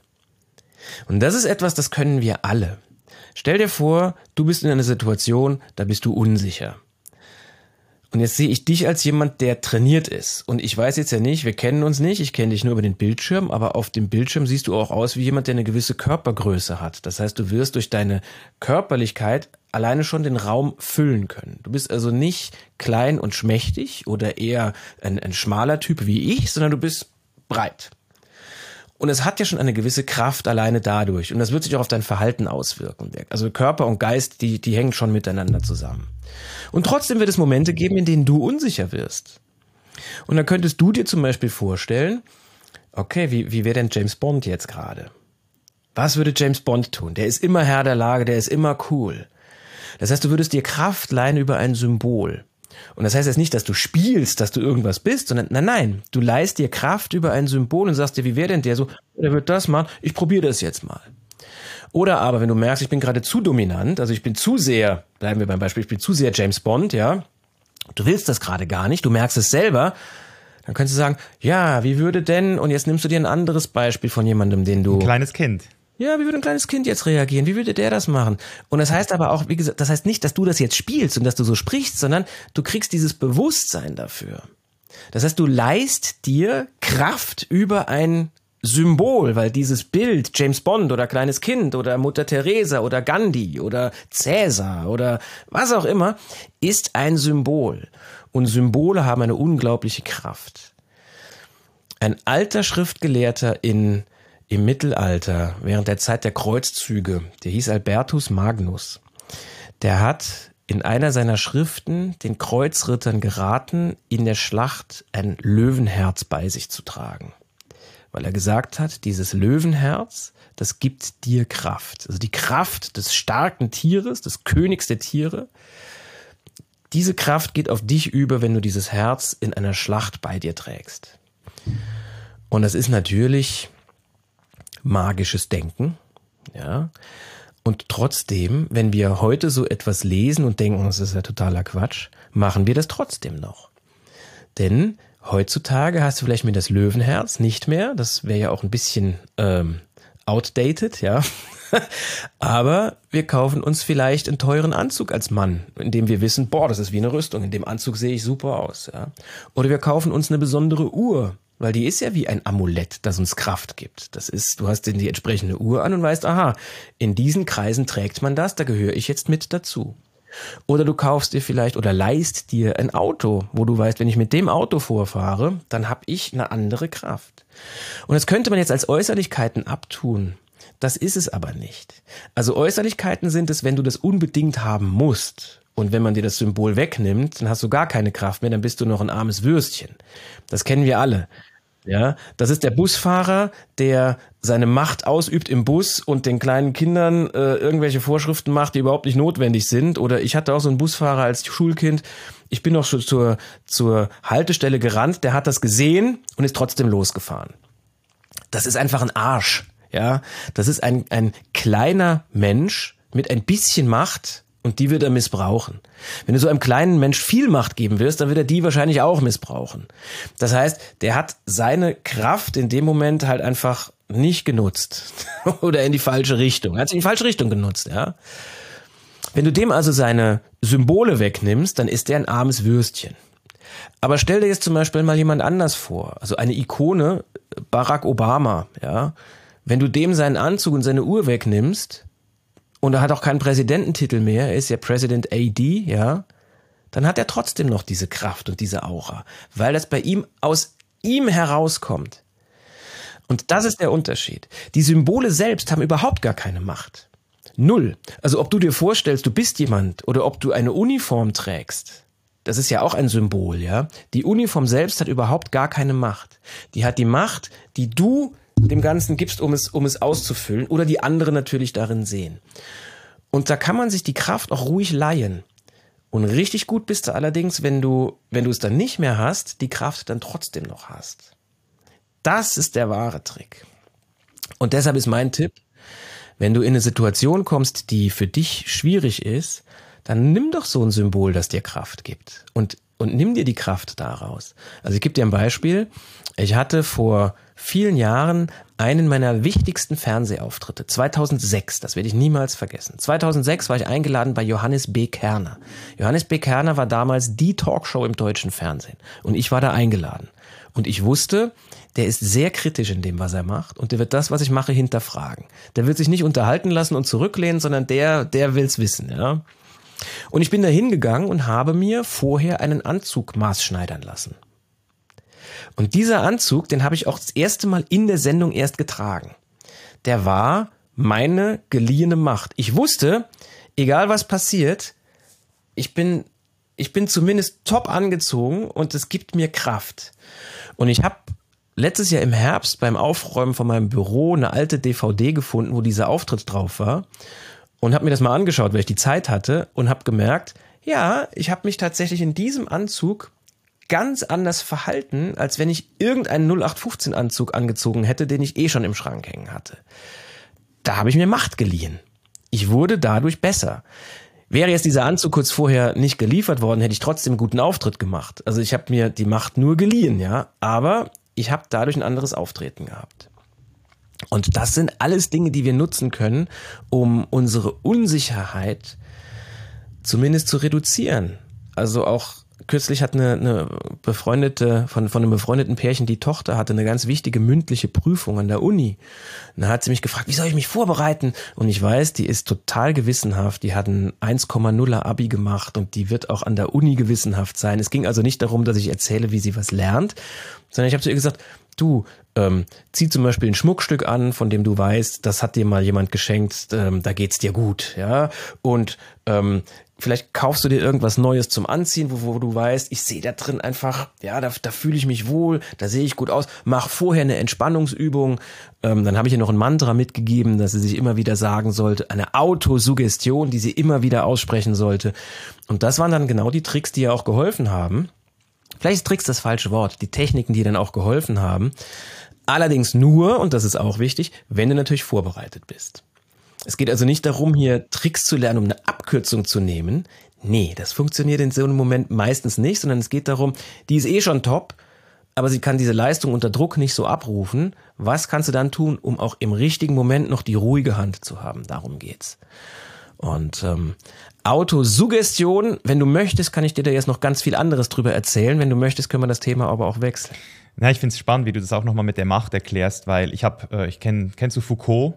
Und das ist etwas, das können wir alle. Stell dir vor, du bist in einer Situation, da bist du unsicher. Und jetzt sehe ich dich als jemand, der trainiert ist. Und ich weiß jetzt ja nicht, wir kennen uns nicht, ich kenne dich nur über den Bildschirm, aber auf dem Bildschirm siehst du auch aus wie jemand, der eine gewisse Körpergröße hat. Das heißt, du wirst durch deine Körperlichkeit alleine schon den Raum füllen können. Du bist also nicht klein und schmächtig oder eher ein schmaler Typ wie ich, sondern du bist breit. Und es hat ja schon eine gewisse Kraft alleine dadurch. Und das wird sich auch auf dein Verhalten auswirken. Also Körper und Geist, die hängen schon miteinander zusammen. Und trotzdem wird es Momente geben, in denen du unsicher wirst. Und dann könntest du dir zum Beispiel vorstellen, okay, wie wäre denn James Bond jetzt gerade? Was würde James Bond tun? Der ist immer Herr der Lage, der ist immer cool. Das heißt, du würdest dir Kraft leihen über ein Symbol. Und das heißt jetzt nicht, dass du spielst, dass du irgendwas bist, sondern nein, du leihst dir Kraft über ein Symbol und sagst dir, wie wäre denn der so? Der wird das machen, ich probiere das jetzt mal. Oder aber, wenn du merkst, ich bin gerade zu dominant, also ich bin zu sehr, bleiben wir beim Beispiel, ich bin zu sehr James Bond, ja, du willst das gerade gar nicht, du merkst es selber, dann könntest du sagen, ja, wie würde denn, und jetzt nimmst du dir ein anderes Beispiel von jemandem, den du... Ein kleines Kind. Ja, wie würde ein kleines Kind jetzt reagieren? Wie würde der das machen? Und das heißt aber auch, wie gesagt, das heißt nicht, dass du das jetzt spielst und dass du so sprichst, sondern du kriegst dieses Bewusstsein dafür. Das heißt, du leihst dir Kraft über ein Symbol, weil dieses Bild, James Bond oder kleines Kind oder Mutter Teresa oder Gandhi oder Cäsar oder was auch immer, ist ein Symbol. Und Symbole haben eine unglaubliche Kraft. Ein alter Schriftgelehrter im Mittelalter, während der Zeit der Kreuzzüge, der hieß Albertus Magnus, der hat in einer seiner Schriften den Kreuzrittern geraten, in der Schlacht ein Löwenherz bei sich zu tragen. Weil er gesagt hat, dieses Löwenherz, das gibt dir Kraft. Also die Kraft des starken Tieres, des Königs der Tiere, diese Kraft geht auf dich über, wenn du dieses Herz in einer Schlacht bei dir trägst. Und das ist natürlich magisches Denken, ja. Und trotzdem, wenn wir heute so etwas lesen und denken, das ist ja totaler Quatsch, machen wir das trotzdem noch. Denn heutzutage hast du vielleicht mir das Löwenherz nicht mehr, das wäre ja auch ein bisschen outdated, ja. Aber wir kaufen uns vielleicht einen teuren Anzug als Mann, in dem wir wissen, boah, das ist wie eine Rüstung, in dem Anzug sehe ich super aus, ja. Oder wir kaufen uns eine besondere Uhr, weil die ist ja wie ein Amulett, das uns Kraft gibt. Das ist, du hast die entsprechende Uhr an und weißt, aha, in diesen Kreisen trägt man das, da gehöre ich jetzt mit dazu. Oder du kaufst dir vielleicht oder leihst dir ein Auto, wo du weißt, wenn ich mit dem Auto vorfahre, dann habe ich eine andere Kraft. Und das könnte man jetzt als Äußerlichkeiten abtun. Das ist es aber nicht. Also Äußerlichkeiten sind es, wenn du das unbedingt haben musst. Und wenn man dir das Symbol wegnimmt, dann hast du gar keine Kraft mehr, dann bist du noch ein armes Würstchen. Das kennen wir alle. Ja, das ist der Busfahrer, der seine Macht ausübt im Bus und den kleinen Kindern irgendwelche Vorschriften macht, die überhaupt nicht notwendig sind. Oder ich hatte auch so einen Busfahrer als Schulkind. Ich bin noch schon zur Haltestelle gerannt, der hat das gesehen und ist trotzdem losgefahren. Das ist einfach ein Arsch. Ja, das ist ein kleiner Mensch mit ein bisschen Macht. Und die wird er missbrauchen. Wenn du so einem kleinen Mensch viel Macht geben wirst, dann wird er die wahrscheinlich auch missbrauchen. Das heißt, der hat seine Kraft in dem Moment halt einfach nicht genutzt. Oder in die falsche Richtung. Er hat sie in die falsche Richtung genutzt, ja. Wenn du dem also seine Symbole wegnimmst, dann ist der ein armes Würstchen. Aber stell dir jetzt zum Beispiel mal jemand anders vor. Also eine Ikone, Barack Obama, ja. Wenn du dem seinen Anzug und seine Uhr wegnimmst, und er hat auch keinen Präsidententitel mehr, er ist ja President AD, ja, dann hat er trotzdem noch diese Kraft und diese Aura, weil das bei ihm aus ihm herauskommt. Und das ist der Unterschied. Die Symbole selbst haben überhaupt gar keine Macht. Null. Also ob du dir vorstellst, du bist jemand oder ob du eine Uniform trägst, das ist ja auch ein Symbol, ja. Die Uniform selbst hat überhaupt gar keine Macht. Die hat die Macht, die du dem Ganzen gibst, um es auszufüllen oder die andere natürlich darin sehen. Und da kann man sich die Kraft auch ruhig leihen. Und richtig gut bist du allerdings, wenn du es dann nicht mehr hast, die Kraft dann trotzdem noch hast. Das ist der wahre Trick. Und deshalb ist mein Tipp, wenn du in eine Situation kommst, die für dich schwierig ist, dann nimm doch so ein Symbol, das dir Kraft gibt. Und nimm dir die Kraft daraus. Also ich gebe dir ein Beispiel. Ich hatte vor vielen Jahren einen meiner wichtigsten Fernsehauftritte. 2006, das werde ich niemals vergessen. 2006 war ich eingeladen bei Johannes B. Kerner. Johannes B. Kerner war damals die Talkshow im deutschen Fernsehen. Und ich war da eingeladen. Und ich wusste, der ist sehr kritisch in dem, was er macht. Und der wird das, was ich mache, hinterfragen. Der wird sich nicht unterhalten lassen und zurücklehnen, sondern der will's wissen, ja. Und ich bin da hingegangen und habe mir vorher einen Anzug maßschneidern lassen. Und dieser Anzug, den habe ich auch das erste Mal in der Sendung erst getragen. Der war meine geliehene Macht. Ich wusste, egal was passiert, ich bin zumindest top angezogen und es gibt mir Kraft. Und ich habe letztes Jahr im Herbst beim Aufräumen von meinem Büro eine alte DVD gefunden, wo dieser Auftritt drauf war. Und habe mir das mal angeschaut, weil ich die Zeit hatte und habe gemerkt, ja, ich habe mich tatsächlich in diesem Anzug ganz anders verhalten, als wenn ich irgendeinen 0815 Anzug angezogen hätte, den ich eh schon im Schrank hängen hatte. Da habe ich mir Macht geliehen. Ich wurde dadurch besser. Wäre jetzt dieser Anzug kurz vorher nicht geliefert worden, hätte ich trotzdem einen guten Auftritt gemacht. Also ich habe mir die Macht nur geliehen, ja, aber ich habe dadurch ein anderes Auftreten gehabt. Und das sind alles Dinge, die wir nutzen können, um unsere Unsicherheit zumindest zu reduzieren. Also auch kürzlich hat eine befreundete, von einem befreundeten Pärchen, die Tochter hatte eine ganz wichtige mündliche Prüfung an der Uni. Und da hat sie mich gefragt, wie soll ich mich vorbereiten? Und ich weiß, die ist total gewissenhaft. Die hat ein 1,0er Abi gemacht und die wird auch an der Uni gewissenhaft sein. Es ging also nicht darum, dass ich erzähle, wie sie was lernt, sondern ich habe zu ihr gesagt, du, zieh zum Beispiel ein Schmuckstück an, von dem du weißt, das hat dir mal jemand geschenkt, da geht's dir gut, ja. Und vielleicht kaufst du dir irgendwas Neues zum Anziehen, wo du weißt, ich sehe da drin einfach, ja, da fühle ich mich wohl, da sehe ich gut aus. Mach vorher eine Entspannungsübung. Dann habe ich ihr noch ein Mantra mitgegeben, dass sie sich immer wieder sagen sollte, eine Autosuggestion, die sie immer wieder aussprechen sollte. Und das waren dann genau die Tricks, die ihr auch geholfen haben. Vielleicht ist Tricks das falsche Wort, die Techniken, die dann auch geholfen haben. Allerdings nur, und das ist auch wichtig, wenn du natürlich vorbereitet bist. Es geht also nicht darum, hier Tricks zu lernen, um eine Abkürzung zu nehmen. Nee, das funktioniert in so einem Moment meistens nicht, sondern es geht darum, die ist eh schon top, aber sie kann diese Leistung unter Druck nicht so abrufen. Was kannst du dann tun, um auch im richtigen Moment noch die ruhige Hand zu haben? Darum geht's. Und Autosuggestion, wenn du möchtest, kann ich dir da jetzt noch ganz viel anderes drüber erzählen. Wenn du möchtest, können wir das Thema aber auch wechseln. Na, ich finde es spannend, wie du das auch nochmal mit der Macht erklärst, weil kennst du Foucault?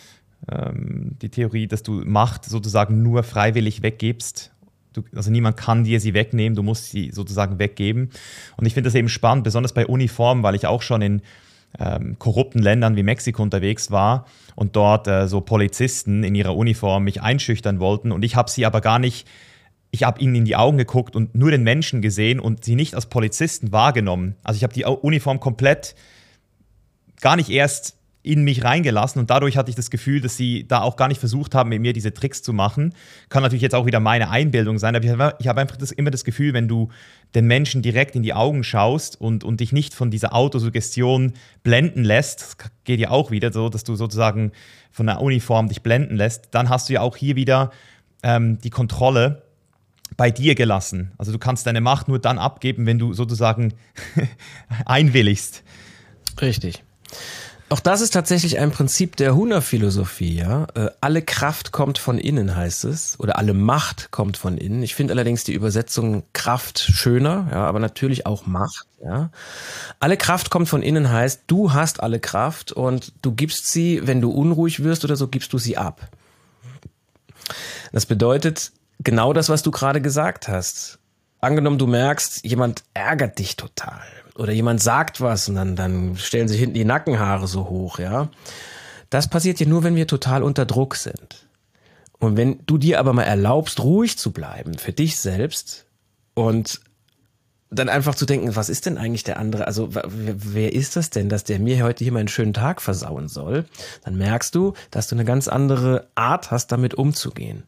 Die Theorie, dass du Macht sozusagen nur freiwillig weggibst. Also niemand kann dir sie wegnehmen, du musst sie sozusagen weggeben. Und ich finde das eben spannend, besonders bei Uniformen, weil ich auch schon in korrupten Ländern wie Mexiko unterwegs war und dort so Polizisten in ihrer Uniform mich einschüchtern wollten und ich habe sie aber gar nicht, ich habe ihnen in die Augen geguckt und nur den Menschen gesehen und sie nicht als Polizisten wahrgenommen. Also ich habe die Uniform komplett gar nicht erst in mich reingelassen und dadurch hatte ich das Gefühl, dass sie da auch gar nicht versucht haben, mit mir diese Tricks zu machen. Kann natürlich jetzt auch wieder meine Einbildung sein, aber ich habe einfach immer das Gefühl, wenn du den Menschen direkt in die Augen schaust und dich nicht von dieser Autosuggestion blenden lässt, das geht ja auch wieder so, dass du sozusagen von der Uniform dich blenden lässt, dann hast du ja auch hier wieder die Kontrolle bei dir gelassen. Also du kannst deine Macht nur dann abgeben, wenn du sozusagen einwilligst. Richtig. Auch das ist tatsächlich ein Prinzip der Huna-Philosophie, ja. Alle Kraft kommt von innen, heißt es. Oder alle Macht kommt von innen. Ich finde allerdings die Übersetzung Kraft schöner, ja, aber natürlich auch Macht, ja. Alle Kraft kommt von innen heißt, du hast alle Kraft und du gibst sie, wenn du unruhig wirst oder so, gibst du sie ab. Das bedeutet genau das, was du gerade gesagt hast. Angenommen, du merkst, jemand ärgert dich total oder jemand sagt was und dann stellen sich hinten die Nackenhaare so hoch, ja. Das passiert ja nur, wenn wir total unter Druck sind. Und wenn du dir aber mal erlaubst, ruhig zu bleiben für dich selbst und dann einfach zu denken, was ist denn eigentlich der andere? Also wer ist das denn, dass der mir heute hier mal einen schönen Tag versauen soll? Dann merkst du, dass du eine ganz andere Art hast, damit umzugehen.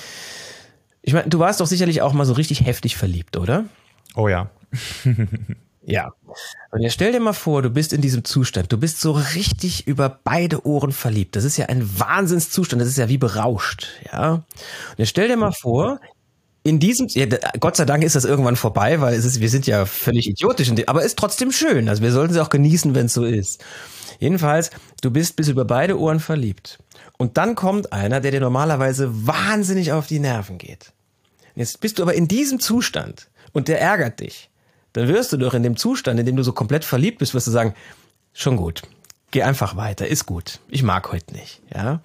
Ich meine, du warst doch sicherlich auch mal so richtig heftig verliebt, oder? Oh ja. Ja. Und jetzt stell dir mal vor, du bist in diesem Zustand, du bist so richtig über beide Ohren verliebt. Das ist ja ein Wahnsinnszustand, das ist ja wie berauscht, ja. Und jetzt stell dir mal vor, in diesem, ja, Gott sei Dank ist das irgendwann vorbei, weil wir sind ja völlig idiotisch, aber ist trotzdem schön. Also wir sollten es auch genießen, wenn es so ist. Jedenfalls, du bist bis über beide Ohren verliebt. Und dann kommt einer, der dir normalerweise wahnsinnig auf die Nerven geht. Jetzt bist du aber in diesem Zustand und der ärgert dich. Dann wirst du doch in dem Zustand, in dem du so komplett verliebt bist, wirst du sagen, schon gut, geh einfach weiter, ist gut, ich mag heute nicht, ja.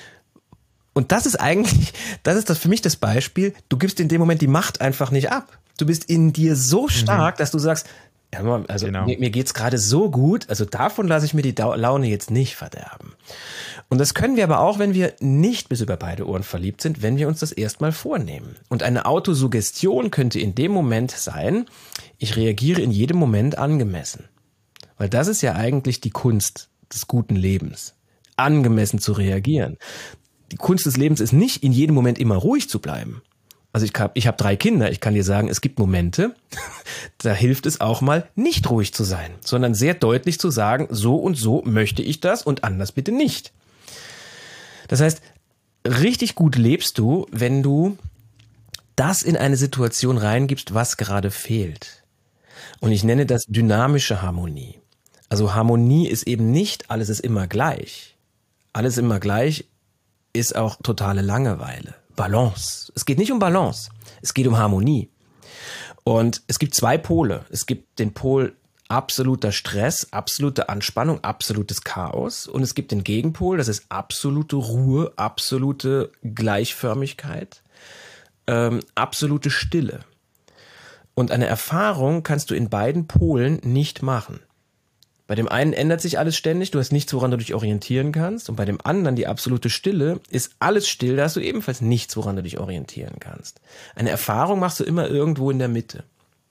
Und das ist für mich das Beispiel, du gibst in dem Moment die Macht einfach nicht ab. Du bist in dir so stark, dass du sagst, ja, also genau. mir geht's gerade so gut, also davon lasse ich mir die Laune jetzt nicht verderben. Und das können wir aber auch, wenn wir nicht bis über beide Ohren verliebt sind, wenn wir uns das erstmal vornehmen. Und eine Autosuggestion könnte in dem Moment sein, ich reagiere in jedem Moment angemessen. Weil das ist ja eigentlich die Kunst des guten Lebens, angemessen zu reagieren. Die Kunst des Lebens ist nicht, in jedem Moment immer ruhig zu bleiben. Also ich hab 3 Kinder, ich kann dir sagen, es gibt Momente, da hilft es auch mal, nicht ruhig zu sein, sondern sehr deutlich zu sagen, so und so möchte ich das und anders bitte nicht. Das heißt, richtig gut lebst du, wenn du das in eine Situation reingibst, was gerade fehlt. Und ich nenne das dynamische Harmonie. Also Harmonie ist eben nicht, alles ist immer gleich. Alles immer gleich ist auch totale Langeweile. Balance. Es geht nicht um Balance. Es geht um Harmonie. Und es gibt 2 Pole. Es gibt den Pol absoluter Stress, absolute Anspannung, absolutes Chaos. Und es gibt den Gegenpol, das ist absolute Ruhe, absolute Gleichförmigkeit, absolute Stille. Und eine Erfahrung kannst du in beiden Polen nicht machen. Bei dem einen ändert sich alles ständig, du hast nichts, woran du dich orientieren kannst. Und bei dem anderen, die absolute Stille, ist alles still, da hast du ebenfalls nichts, woran du dich orientieren kannst. Eine Erfahrung machst du immer irgendwo in der Mitte.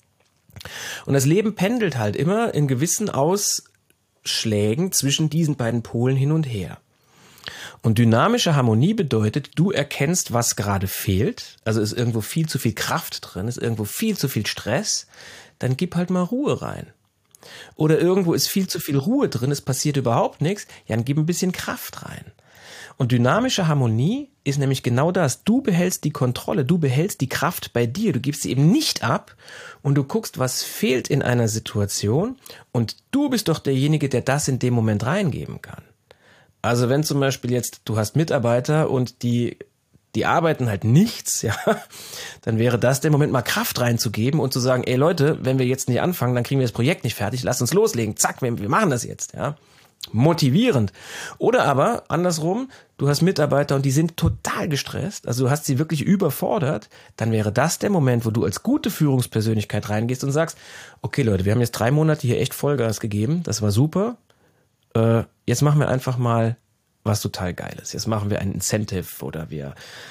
Und das Leben pendelt halt immer in gewissen Ausschlägen zwischen diesen beiden Polen hin und her. Und dynamische Harmonie bedeutet, du erkennst, was gerade fehlt, also ist irgendwo viel zu viel Kraft drin, ist irgendwo viel zu viel Stress, dann gib halt mal Ruhe rein. Oder irgendwo ist viel zu viel Ruhe drin, es passiert überhaupt nichts, ja, dann gib ein bisschen Kraft rein. Und dynamische Harmonie ist nämlich genau das. Du behältst die Kontrolle, du behältst die Kraft bei dir, du gibst sie eben nicht ab und du guckst, was fehlt in einer Situation und du bist doch derjenige, der das in dem Moment reingeben kann. Also wenn zum Beispiel jetzt, du hast Mitarbeiter und die arbeiten halt nichts, ja, dann wäre das der Moment, mal Kraft reinzugeben und zu sagen, ey Leute, wenn wir jetzt nicht anfangen, dann kriegen wir das Projekt nicht fertig, lasst uns loslegen, zack, wir machen das jetzt, ja. Motivierend. Oder aber andersrum, du hast Mitarbeiter und die sind total gestresst, also du hast sie wirklich überfordert, dann wäre das der Moment, wo du als gute Führungspersönlichkeit reingehst und sagst, okay Leute, wir haben jetzt 3 Monate hier echt Vollgas gegeben, das war super, jetzt machen wir einfach mal was total Geiles. Jetzt machen wir ein Incentive oder wir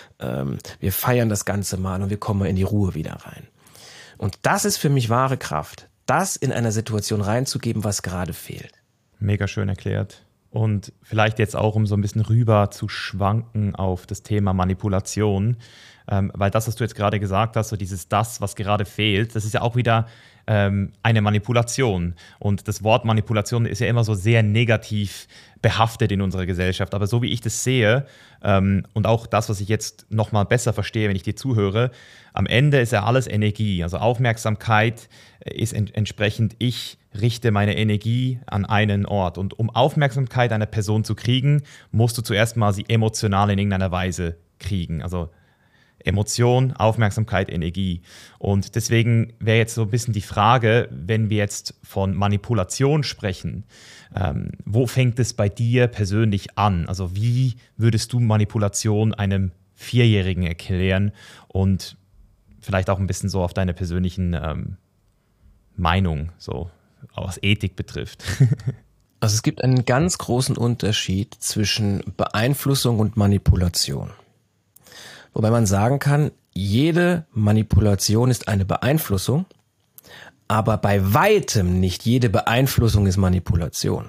feiern das Ganze mal und wir kommen mal in die Ruhe wieder rein. Und das ist für mich wahre Kraft, das in einer Situation reinzugeben, was gerade fehlt. Mega schön erklärt. Und vielleicht jetzt auch, um so ein bisschen rüber zu schwanken auf das Thema Manipulation, weil das, was du jetzt gerade gesagt hast, so das, was gerade fehlt, das ist ja auch wieder eine Manipulation. Und das Wort Manipulation ist ja immer so sehr negativ behaftet in unserer Gesellschaft. Aber so wie ich das sehe und auch das, was ich jetzt nochmal besser verstehe, wenn ich dir zuhöre, am Ende ist ja alles Energie. Also Aufmerksamkeit ist entsprechend, ich richte meine Energie an einen Ort. Und um Aufmerksamkeit einer Person zu kriegen, musst du zuerst mal sie emotional in irgendeiner Weise kriegen. Also Emotion, Aufmerksamkeit, Energie. Und deswegen wäre jetzt so ein bisschen die Frage, wenn wir jetzt von Manipulation sprechen, wo fängt es bei dir persönlich an? Also wie würdest du Manipulation einem Vierjährigen erklären und vielleicht auch ein bisschen so auf deine persönlichen Meinung, so was Ethik betrifft? Also es gibt einen ganz großen Unterschied zwischen Beeinflussung und Manipulation. Wobei man sagen kann, jede Manipulation ist eine Beeinflussung, aber bei weitem nicht jede Beeinflussung ist Manipulation.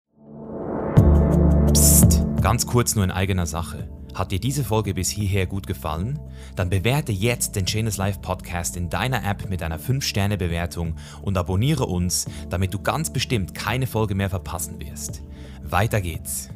Psst, ganz kurz nur in eigener Sache. Hat dir diese Folge bis hierher gut gefallen? Dann bewerte jetzt den Chainless Life Podcast in deiner App mit einer 5-Sterne-Bewertung und abonniere uns, damit du ganz bestimmt keine Folge mehr verpassen wirst. Weiter geht's.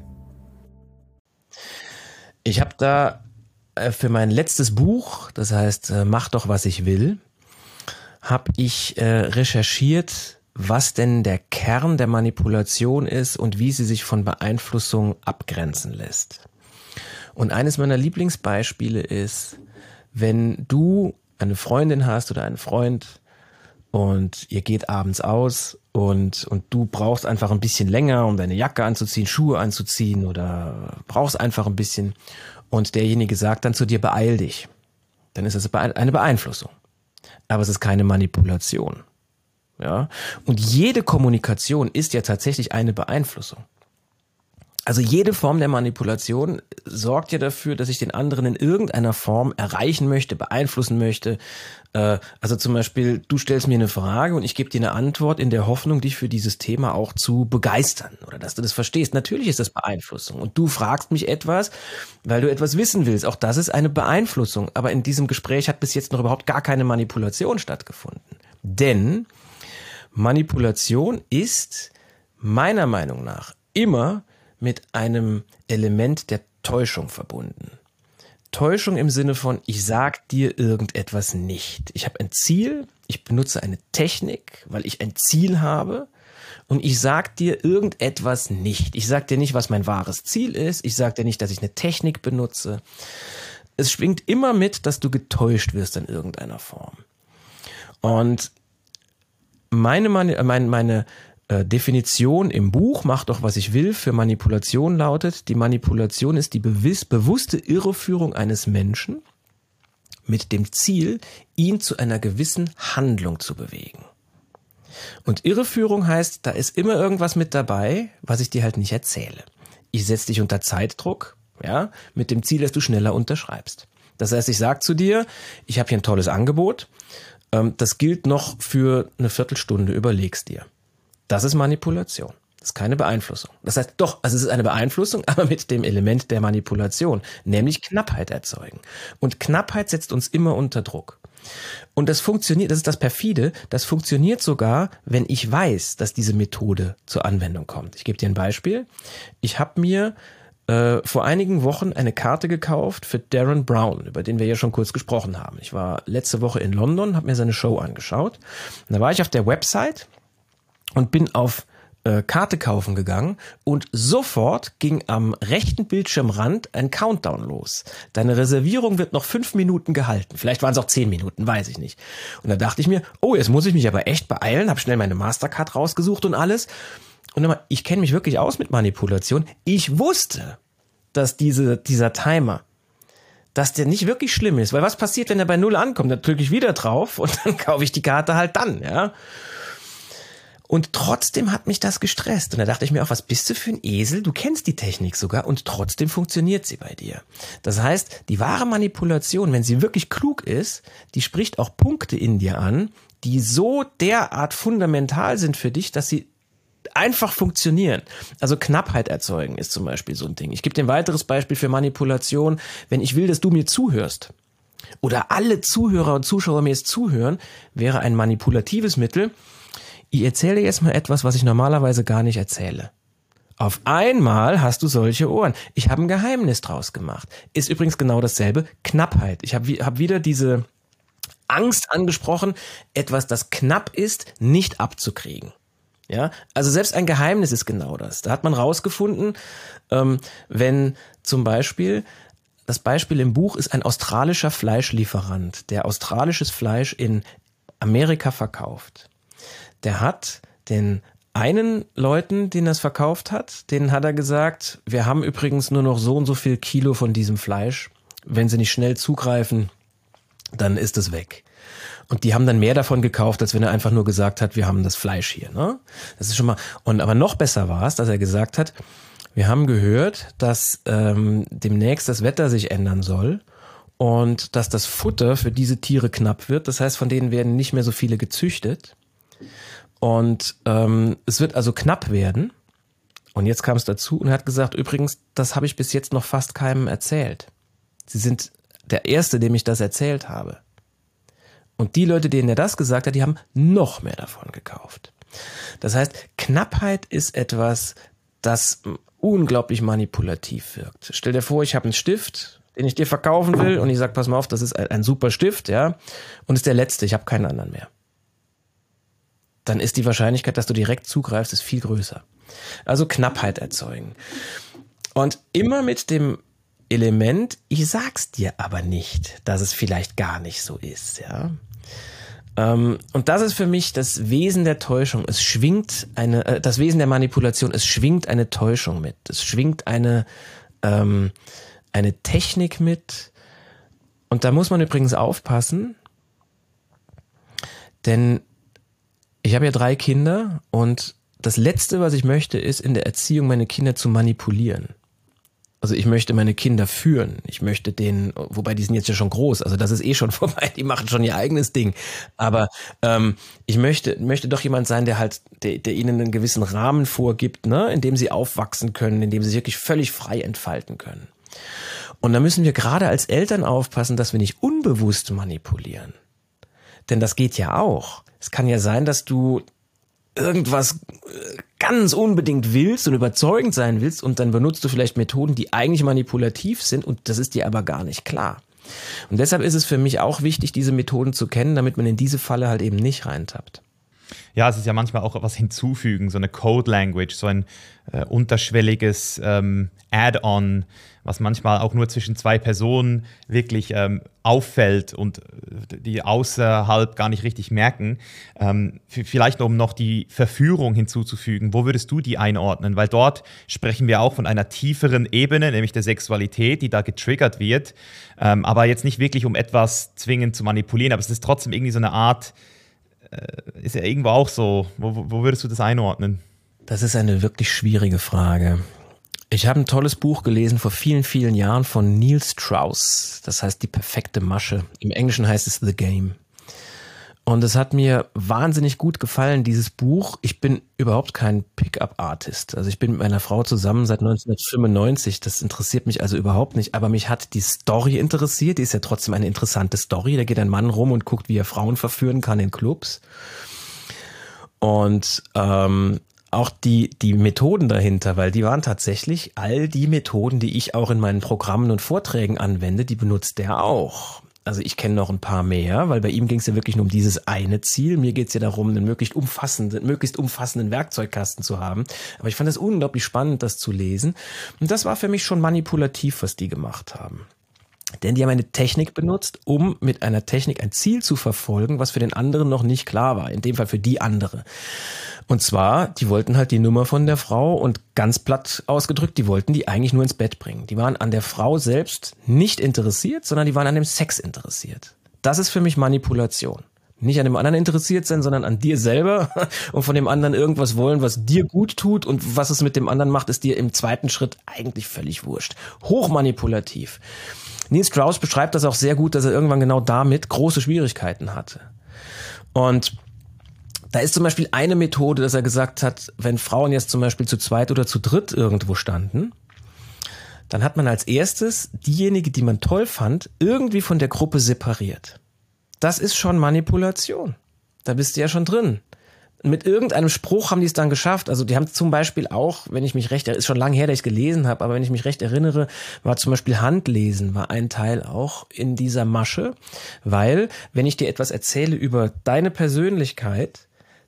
Ich habe da für mein letztes Buch, das heißt Mach doch, was ich will, habe ich recherchiert, was denn der Kern der Manipulation ist und wie sie sich von Beeinflussung abgrenzen lässt. Und eines meiner Lieblingsbeispiele ist, wenn du eine Freundin hast oder einen Freund und ihr geht abends aus und du brauchst einfach ein bisschen länger, um deine Jacke anzuziehen, Schuhe anzuziehen oder brauchst einfach ein bisschen und derjenige sagt dann zu dir, beeil dich. Dann ist das eine Beeinflussung. Aber es ist keine Manipulation. Ja? Und jede Kommunikation ist ja tatsächlich eine Beeinflussung. Also jede Form der Manipulation sorgt ja dafür, dass ich den anderen in irgendeiner Form erreichen möchte, beeinflussen möchte. Also zum Beispiel, du stellst mir eine Frage und ich gebe dir eine Antwort in der Hoffnung, dich für dieses Thema auch zu begeistern oder dass du das verstehst. Natürlich ist das Beeinflussung und du fragst mich etwas, weil du etwas wissen willst. Auch das ist eine Beeinflussung. Aber in diesem Gespräch hat bis jetzt noch überhaupt gar keine Manipulation stattgefunden. Denn Manipulation ist meiner Meinung nach immer mit einem Element der Täuschung verbunden. Täuschung im Sinne von, ich sag dir irgendetwas nicht. Ich habe ein Ziel, ich benutze eine Technik, weil ich ein Ziel habe und ich sag dir irgendetwas nicht. Ich sag dir nicht, was mein wahres Ziel ist, ich sag dir nicht, dass ich eine Technik benutze. Es schwingt immer mit, dass du getäuscht wirst in irgendeiner Form. Und meine Definition im Buch, mach doch, was ich will, für Manipulation lautet, die Manipulation ist die bewusste Irreführung eines Menschen mit dem Ziel, ihn zu einer gewissen Handlung zu bewegen. Und Irreführung heißt, da ist immer irgendwas mit dabei, was ich dir halt nicht erzähle. Ich setze dich unter Zeitdruck, ja, mit dem Ziel, dass du schneller unterschreibst. Das heißt, ich sage zu dir, ich habe hier ein tolles Angebot, das gilt noch für eine Viertelstunde, überleg's dir. Das ist Manipulation. Das ist keine Beeinflussung. Das heißt doch, also es ist eine Beeinflussung, aber mit dem Element der Manipulation, nämlich Knappheit erzeugen. Und Knappheit setzt uns immer unter Druck. Und das funktioniert, das ist das Perfide, das funktioniert sogar, wenn ich weiß, dass diese Methode zur Anwendung kommt. Ich gebe dir ein Beispiel. Ich habe mir vor einigen Wochen eine Karte gekauft für Darren Brown, über den wir ja schon kurz gesprochen haben. Ich war letzte Woche in London, habe mir seine Show angeschaut. Und da war ich auf der Website und bin auf Karte kaufen gegangen und sofort ging am rechten Bildschirmrand ein Countdown los. Deine Reservierung wird noch 5 Minuten gehalten. Vielleicht waren es auch 10 Minuten, weiß ich nicht. Und da dachte ich mir, oh, jetzt muss ich mich aber echt beeilen, habe schnell meine Mastercard rausgesucht und alles. Und dann, ich kenne mich wirklich aus mit Manipulation. Ich wusste, dass dieser Timer, dass der nicht wirklich schlimm ist. Weil was passiert, wenn er bei 0 ankommt? Dann drücke ich wieder drauf und dann kaufe ich die Karte halt dann, ja. Und trotzdem hat mich das gestresst. Und da dachte ich mir auch, was bist du für ein Esel? Du kennst die Technik sogar und trotzdem funktioniert sie bei dir. Das heißt, die wahre Manipulation, wenn sie wirklich klug ist, die spricht auch Punkte in dir an, die so derart fundamental sind für dich, dass sie einfach funktionieren. Also Knappheit erzeugen ist zum Beispiel so ein Ding. Ich gebe dir ein weiteres Beispiel für Manipulation. Wenn ich will, dass du mir zuhörst oder alle Zuhörer und Zuschauer mir jetzt zuhören, wäre ein manipulatives Mittel. Ich erzähle jetzt mal etwas, was ich normalerweise gar nicht erzähle. Auf einmal hast du solche Ohren. Ich habe ein Geheimnis draus gemacht. Ist übrigens genau dasselbe. Knappheit. Ich habe wieder diese Angst angesprochen, etwas, das knapp ist, nicht abzukriegen. Ja, also selbst ein Geheimnis ist genau das. Da hat man rausgefunden, wenn zum Beispiel, das Beispiel im Buch ist ein australischer Fleischlieferant, der australisches Fleisch in Amerika verkauft. Der hat den einen Leuten, denen das verkauft hat, denen hat er gesagt, wir haben übrigens nur noch so und so viel Kilo von diesem Fleisch wenn sie nicht schnell zugreifen, dann ist es weg. Und die haben dann mehr davon gekauft, als wenn er einfach nur gesagt hat, wir haben das Fleisch hier. Ne? Das ist schon mal. Und aber noch besser war es, dass er gesagt hat, wir haben gehört, dass demnächst das Wetter sich ändern soll und dass das Futter für diese Tiere knapp wird. Das heißt, von denen werden nicht mehr so viele gezüchtet. Und es wird also knapp werden. Und jetzt kam es dazu und er hat gesagt, übrigens, das habe ich bis jetzt noch fast keinem erzählt. Sie sind der Erste, dem ich das erzählt habe. Und die Leute, denen er das gesagt hat, die haben noch mehr davon gekauft. Das heißt, Knappheit ist etwas, das unglaublich manipulativ wirkt. Stell dir vor, ich habe einen Stift, den ich dir verkaufen will und ich sage, pass mal auf, das ist ein super Stift, ja, und ist der letzte, ich habe keinen anderen mehr. Dann ist die Wahrscheinlichkeit, dass du direkt zugreifst, ist viel größer. Also Knappheit erzeugen. Und immer mit dem Element, ich sag's dir aber nicht, dass es vielleicht gar nicht so ist, ja. Und das ist für mich das Wesen der Täuschung. Es schwingt das Wesen der Manipulation, es schwingt eine Täuschung mit. Es schwingt eine Technik mit. Und da muss man übrigens aufpassen, denn ich habe ja 3 Kinder und das Letzte, was ich möchte, ist in der Erziehung meine Kinder zu manipulieren. Also ich möchte meine Kinder führen. Ich möchte denen, wobei die sind jetzt ja schon groß, also das ist eh schon vorbei, die machen schon ihr eigenes Ding. Aber ich möchte doch jemand sein, der ihnen einen gewissen Rahmen vorgibt, ne, in dem sie aufwachsen können, in dem sie sich wirklich völlig frei entfalten können. Und da müssen wir gerade als Eltern aufpassen, dass wir nicht unbewusst manipulieren. Denn das geht ja auch. Es kann ja sein, dass du irgendwas ganz unbedingt willst und überzeugend sein willst und dann benutzt du vielleicht Methoden, die eigentlich manipulativ sind und das ist dir aber gar nicht klar. Und deshalb ist es für mich auch wichtig, diese Methoden zu kennen, damit man in diese Falle halt eben nicht reintappt. Ja, es ist ja manchmal auch was hinzufügen, so eine Code Language, so ein unterschwelliges Add-on, was manchmal auch nur zwischen 2 Personen wirklich auffällt und die außerhalb gar nicht richtig merken. Vielleicht um noch die Verführung hinzuzufügen, wo würdest du die einordnen? Weil dort sprechen wir auch von einer tieferen Ebene, nämlich der Sexualität, die da getriggert wird, aber jetzt nicht wirklich um etwas zwingend zu manipulieren, aber es ist trotzdem irgendwie so eine Art, ist ja irgendwo auch so, wo würdest du das einordnen? Das ist eine wirklich schwierige Frage. Ich habe ein tolles Buch gelesen vor vielen, vielen Jahren von Neil Strauss. Das heißt Die perfekte Masche. Im Englischen heißt es The Game. Und es hat mir wahnsinnig gut gefallen, dieses Buch. Ich bin überhaupt kein Pickup-Artist. Also ich bin mit meiner Frau zusammen seit 1995. Das interessiert mich also überhaupt nicht. Aber mich hat die Story interessiert. Die ist ja trotzdem eine interessante Story. Da geht ein Mann rum und guckt, wie er Frauen verführen kann in Clubs. Und auch die Methoden dahinter, weil die waren tatsächlich all die Methoden, die ich auch in meinen Programmen und Vorträgen anwende, die benutzt der auch. Also ich kenne noch ein paar mehr, weil bei ihm ging es ja wirklich nur um dieses eine Ziel. Mir geht es ja darum, einen möglichst umfassenden Werkzeugkasten zu haben. Aber ich fand es unglaublich spannend, das zu lesen. Und das war für mich schon manipulativ, was die gemacht haben. Denn die haben eine Technik benutzt, um mit einer Technik ein Ziel zu verfolgen, was für den anderen noch nicht klar war. In dem Fall für die andere. Und zwar, die wollten halt die Nummer von der Frau und ganz platt ausgedrückt, die wollten die eigentlich nur ins Bett bringen. Die waren an der Frau selbst nicht interessiert, sondern die waren an dem Sex interessiert. Das ist für mich Manipulation. Nicht an dem anderen interessiert sein, sondern an dir selber und von dem anderen irgendwas wollen, was dir gut tut und was es mit dem anderen macht, ist dir im zweiten Schritt eigentlich völlig wurscht. Hochmanipulativ. Neil Strauss beschreibt das auch sehr gut, dass er irgendwann genau damit große Schwierigkeiten hatte. Und da ist zum Beispiel eine Methode, dass er gesagt hat, wenn Frauen jetzt zum Beispiel zu zweit oder zu dritt irgendwo standen, dann hat man als erstes diejenige, die man toll fand, irgendwie von der Gruppe separiert. Das ist schon Manipulation. Da bist du ja schon drin. Mit irgendeinem Spruch haben die es dann geschafft. Also die haben zum Beispiel auch, wenn ich mich recht erinnere, ist schon lange her, dass ich es gelesen habe, aber wenn ich mich recht erinnere, war zum Beispiel Handlesen, war ein Teil auch in dieser Masche. Weil, wenn ich dir etwas erzähle über deine Persönlichkeit,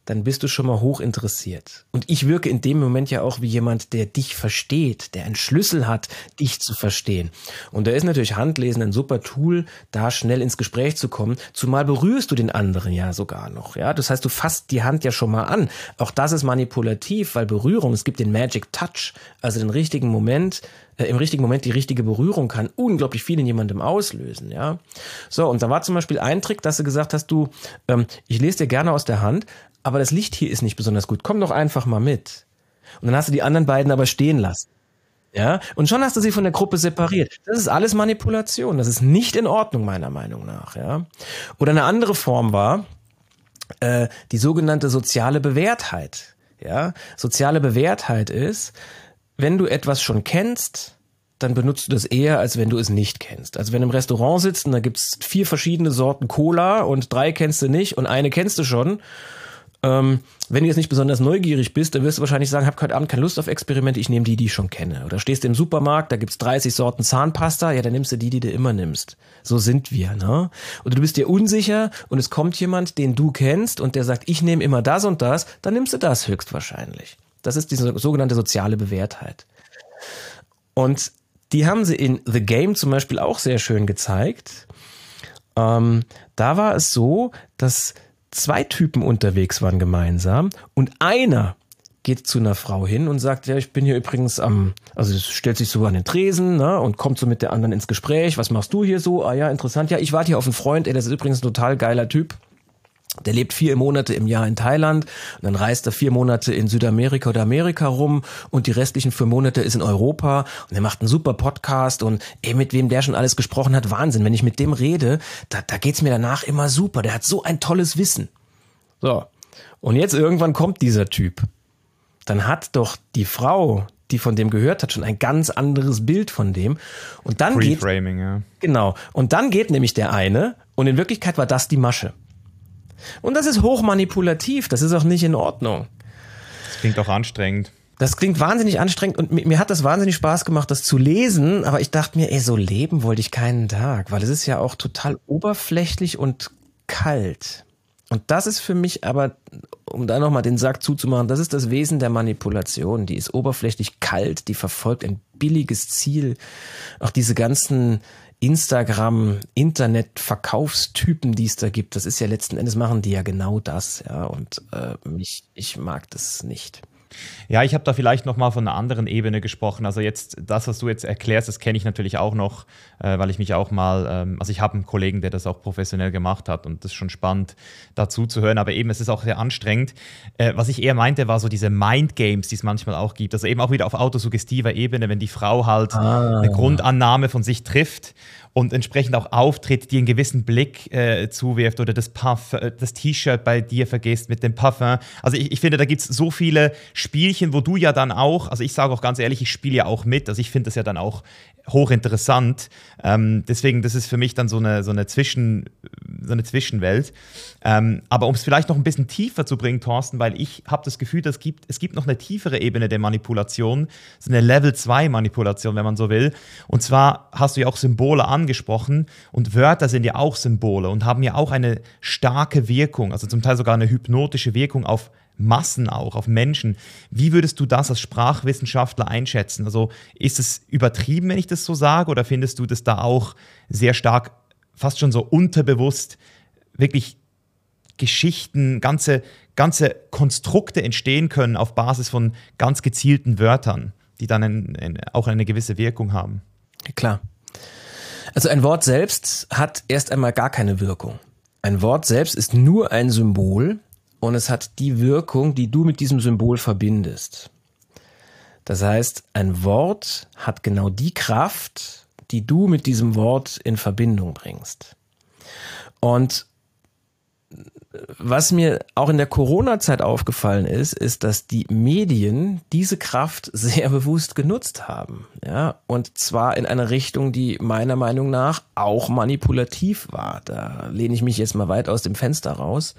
dann bist du schon mal hoch interessiert. Und ich wirke in dem Moment ja auch wie jemand, der dich versteht, der einen Schlüssel hat, dich zu verstehen. Und da ist natürlich Handlesen ein super Tool, da schnell ins Gespräch zu kommen. Zumal berührst du den anderen ja sogar noch. Ja, das heißt, du fasst die Hand ja schon mal an. Auch das ist manipulativ, weil Berührung, es gibt den Magic Touch, also den richtigen Moment, im richtigen Moment die richtige Berührung kann unglaublich viel in jemandem auslösen, ja. So, und da war zum Beispiel ein Trick, dass du gesagt hast, du, ich lese dir gerne aus der Hand, aber das Licht hier ist nicht besonders gut. Komm doch einfach mal mit. Und dann hast du die anderen beiden aber stehen lassen. Ja, und schon hast du sie von der Gruppe separiert. Das ist alles Manipulation. Das ist nicht in Ordnung, meiner Meinung nach, ja. Oder eine andere Form war, die sogenannte soziale Bewährtheit. Ja, soziale Bewährtheit ist, wenn du etwas schon kennst, dann benutzt du das eher, als wenn du es nicht kennst. Also wenn du im Restaurant sitzt und da gibt's 4 verschiedene Sorten Cola und 3 kennst du nicht und eine kennst du schon, wenn du jetzt nicht besonders neugierig bist, dann wirst du wahrscheinlich sagen, hab heute Abend keine Lust auf Experimente, ich nehme die ich schon kenne. Oder stehst du im Supermarkt, da gibt's 30 Sorten Zahnpasta, ja, dann nimmst du die du immer nimmst. So sind wir, ne? Oder du bist dir unsicher und es kommt jemand, den du kennst und der sagt, ich nehme immer das und das, dann nimmst du das höchstwahrscheinlich. Das ist diese sogenannte soziale Bewährtheit. Und die haben sie in The Game zum Beispiel auch sehr schön gezeigt. Da war es so, dass 2 Typen unterwegs waren gemeinsam und einer geht zu einer Frau hin und sagt, ja, ich bin hier übrigens also stellt sich so an den Tresen, ne, und kommt so mit der anderen ins Gespräch. Was machst du hier so? Ah ja, interessant. Ja, ich warte hier auf einen Freund, das ist übrigens ein total geiler Typ. Der lebt 4 Monate im Jahr in Thailand und dann reist er 4 Monate in Südamerika oder Amerika rum und die restlichen 4 Monate ist in Europa und er macht einen super Podcast und mit wem der schon alles gesprochen hat, Wahnsinn. Wenn ich mit dem rede, da geht's mir danach immer super. Der hat so ein tolles Wissen. So. Und jetzt irgendwann kommt dieser Typ. Dann hat doch die Frau, die von dem gehört hat, schon ein ganz anderes Bild von dem. Und dann Reframing, ja. Genau. Und dann geht nämlich der eine und in Wirklichkeit war das die Masche. Und das ist hochmanipulativ, das ist auch nicht in Ordnung. Das klingt auch anstrengend. Das klingt wahnsinnig anstrengend und mir hat das wahnsinnig Spaß gemacht, das zu lesen, aber ich dachte mir, so leben wollte ich keinen Tag, weil es ist ja auch total oberflächlich und kalt. Und das ist für mich aber, um da nochmal den Sack zuzumachen, das ist das Wesen der Manipulation. Die ist oberflächlich kalt, die verfolgt ein billiges Ziel. Auch diese ganzen Instagram, Internet-Verkaufstypen, die es da gibt, das ist ja letzten Endes machen die ja genau das, ja, und ich mag das nicht. Ja, ich habe da vielleicht noch mal von einer anderen Ebene gesprochen. Also jetzt, das, was du jetzt erklärst, das kenne ich natürlich auch noch, weil ich mich auch mal, also ich habe einen Kollegen, der das auch professionell gemacht hat und das ist schon spannend, dazu zu hören, aber eben, es ist auch sehr anstrengend. Was ich eher meinte, war so diese Mindgames, die es manchmal auch gibt, also eben auch wieder auf autosuggestiver Ebene, wenn die Frau halt eine Grundannahme von sich trifft und entsprechend auch auftritt, dir einen gewissen Blick zuwirft oder das T-Shirt bei dir vergisst mit dem Parfum. Also ich finde, da gibt es so viele Spielchen, wo du ja dann auch, also ich sage auch ganz ehrlich, ich spiele ja auch mit, also ich finde das ja dann auch hochinteressant. Deswegen, das ist für mich dann so eine Zwischenwelt. Aber um es vielleicht noch ein bisschen tiefer zu bringen, Thorsten, weil ich habe das Gefühl, es gibt noch eine tiefere Ebene der Manipulation, so eine Level-2-Manipulation, wenn man so will. Und zwar hast du ja auch Symbole angesprochen und Wörter sind ja auch Symbole und haben ja auch eine starke Wirkung, also zum Teil sogar eine hypnotische Wirkung auf Massen auch, auf Menschen. Wie würdest du das als Sprachwissenschaftler einschätzen? Also ist es übertrieben, wenn ich das so sage, oder findest du das da auch sehr stark, fast schon so unterbewusst, wirklich Geschichten, ganze Konstrukte entstehen können auf Basis von ganz gezielten Wörtern, die dann auch eine gewisse Wirkung haben? Klar. Also ein Wort selbst hat erst einmal gar keine Wirkung. Ein Wort selbst ist nur ein Symbol, und es hat die Wirkung, die du mit diesem Symbol verbindest. Das heißt, ein Wort hat genau die Kraft, die du mit diesem Wort in Verbindung bringst. Und was mir auch in der Corona-Zeit aufgefallen ist, dass die Medien diese Kraft sehr bewusst genutzt haben. Ja? Und zwar in eine Richtung, die meiner Meinung nach auch manipulativ war. Da lehne ich mich jetzt mal weit aus dem Fenster raus.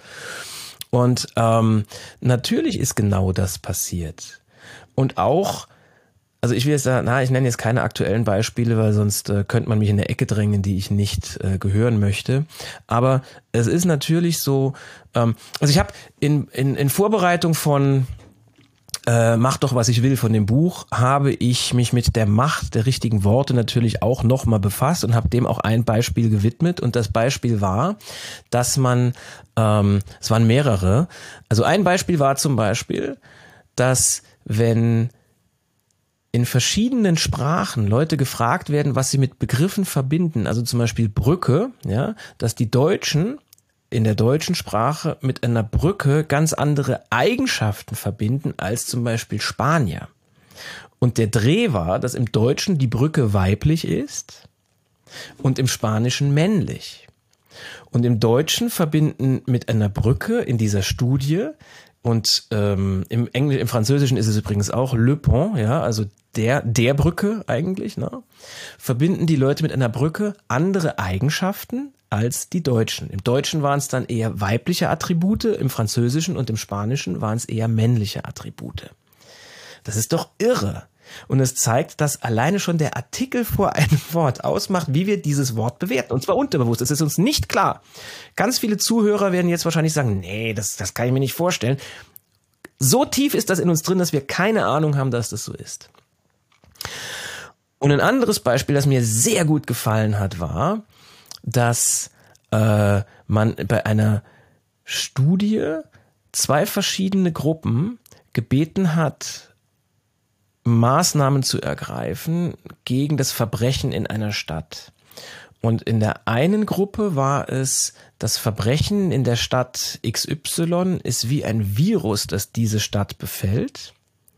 Und natürlich ist genau das passiert. Und auch Also ich will jetzt sagen, ich nenne jetzt keine aktuellen Beispiele, weil sonst könnte man mich in eine Ecke drängen, die ich nicht gehören möchte. Aber es ist natürlich so, also ich habe in Vorbereitung von Mach doch, was ich will von dem Buch, habe ich mich mit der Macht der richtigen Worte natürlich auch nochmal befasst und habe dem auch ein Beispiel gewidmet. Und das Beispiel war, dass man, es waren mehrere, also ein Beispiel war zum Beispiel, dass wenn in verschiedenen Sprachen Leute gefragt werden, was sie mit Begriffen verbinden, also zum Beispiel Brücke, ja, dass die Deutschen in der deutschen Sprache mit einer Brücke ganz andere Eigenschaften verbinden als zum Beispiel Spanier. Und der Dreh war, dass im Deutschen die Brücke weiblich ist und im Spanischen männlich. Und im Deutschen verbinden mit einer Brücke in dieser Studie und im Französischen ist es übrigens auch Le Pont, ja, also der Brücke eigentlich, ne, verbinden die Leute mit einer Brücke andere Eigenschaften als die Deutschen. Im Deutschen waren es dann eher weibliche Attribute, im Französischen und im Spanischen waren es eher männliche Attribute. Das ist doch irre. Und es zeigt, dass alleine schon der Artikel vor einem Wort ausmacht, wie wir dieses Wort bewerten. Und zwar unterbewusst. Es ist uns nicht klar. Ganz viele Zuhörer werden jetzt wahrscheinlich sagen, nee, das kann ich mir nicht vorstellen. So tief ist das in uns drin, dass wir keine Ahnung haben, dass das so ist. Und ein anderes Beispiel, das mir sehr gut gefallen hat, war, dass man bei einer Studie 2 verschiedene Gruppen gebeten hat, Maßnahmen zu ergreifen gegen das Verbrechen in einer Stadt. Und in der einen Gruppe war es, das Verbrechen in der Stadt XY ist wie ein Virus, das diese Stadt befällt.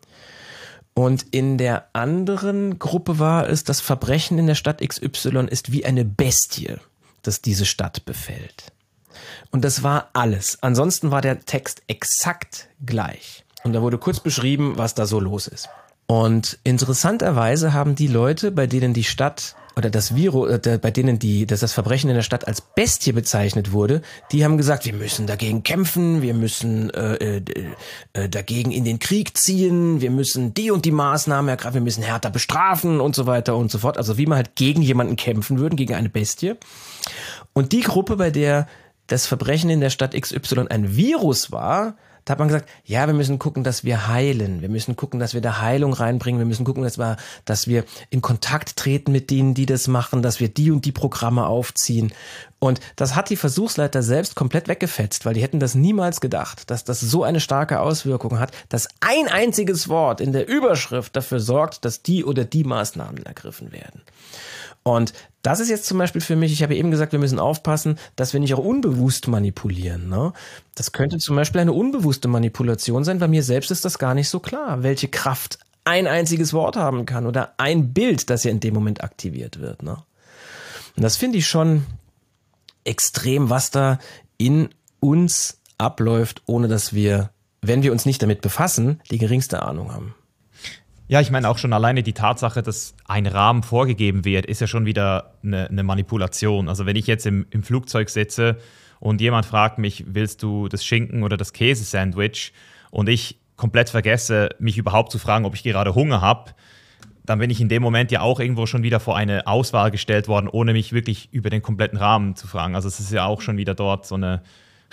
Und in der anderen Gruppe war es, das Verbrechen in der Stadt XY ist wie eine Bestie, das diese Stadt befällt. Und das war alles. Ansonsten war der Text exakt gleich. Und da wurde kurz beschrieben, was da so los ist. Und interessanterweise haben die Leute, bei denen die Stadt oder das Virus, bei denen das Verbrechen in der Stadt als Bestie bezeichnet wurde, die haben gesagt, wir müssen dagegen kämpfen, wir müssen dagegen in den Krieg ziehen, wir müssen die und die Maßnahmen ergreifen, wir müssen härter bestrafen und so weiter und so fort. Also wie man halt gegen jemanden kämpfen würde, gegen eine Bestie. Und die Gruppe, bei der das Verbrechen in der Stadt XY ein Virus war, da hat man gesagt, ja, wir müssen gucken, dass wir heilen. Wir müssen gucken, dass wir da Heilung reinbringen. Wir müssen gucken, dass wir in Kontakt treten mit denen, die das machen, dass wir die und die Programme aufziehen. Und das hat die Versuchsleiter selbst komplett weggefetzt, weil die hätten das niemals gedacht, dass das so eine starke Auswirkung hat, dass ein einziges Wort in der Überschrift dafür sorgt, dass die oder die Maßnahmen ergriffen werden. Und das ist jetzt zum Beispiel für mich, ich habe eben gesagt, wir müssen aufpassen, dass wir nicht auch unbewusst manipulieren. Ne? Das könnte zum Beispiel eine unbewusste Manipulation sein, bei mir selbst ist das gar nicht so klar, welche Kraft ein einziges Wort haben kann oder ein Bild, das ja in dem Moment aktiviert wird. Ne? Und das finde ich schon extrem, was da in uns abläuft, ohne dass wir, wenn wir uns nicht damit befassen, die geringste Ahnung haben. Ja, ich meine auch schon alleine die Tatsache, dass ein Rahmen vorgegeben wird, ist ja schon wieder eine Manipulation. Also wenn ich jetzt im Flugzeug sitze und jemand fragt mich, willst du das Schinken- oder das Käsesandwich? Und ich komplett vergesse, mich überhaupt zu fragen, ob ich gerade Hunger habe, dann bin ich in dem Moment ja auch irgendwo schon wieder vor eine Auswahl gestellt worden, ohne mich wirklich über den kompletten Rahmen zu fragen. Also es ist ja auch schon wieder dort so eine...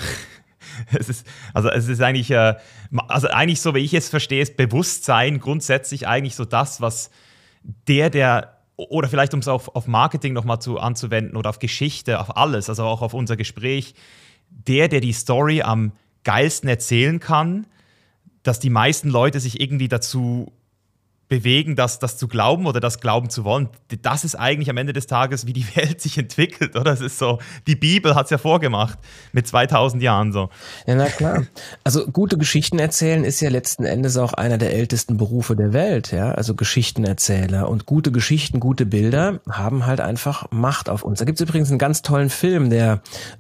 Es ist eigentlich, eigentlich so, wie ich es verstehe, ist Bewusstsein grundsätzlich eigentlich so das, was oder vielleicht um es auf Marketing nochmal anzuwenden oder auf Geschichte, auf alles, also auch auf unser Gespräch, der die Story am geilsten erzählen kann, dass die meisten Leute sich irgendwie dazu bewegen, das zu glauben oder das glauben zu wollen. Das ist eigentlich am Ende des Tages, wie die Welt sich entwickelt, oder? Es ist so, die Bibel hat es ja vorgemacht mit 2000 Jahren so. Ja, na klar. Also gute Geschichten erzählen ist ja letzten Endes auch einer der ältesten Berufe der Welt, ja. Also Geschichtenerzähler und gute Geschichten, gute Bilder haben halt einfach Macht auf uns. Da gibt es übrigens einen ganz tollen Film, der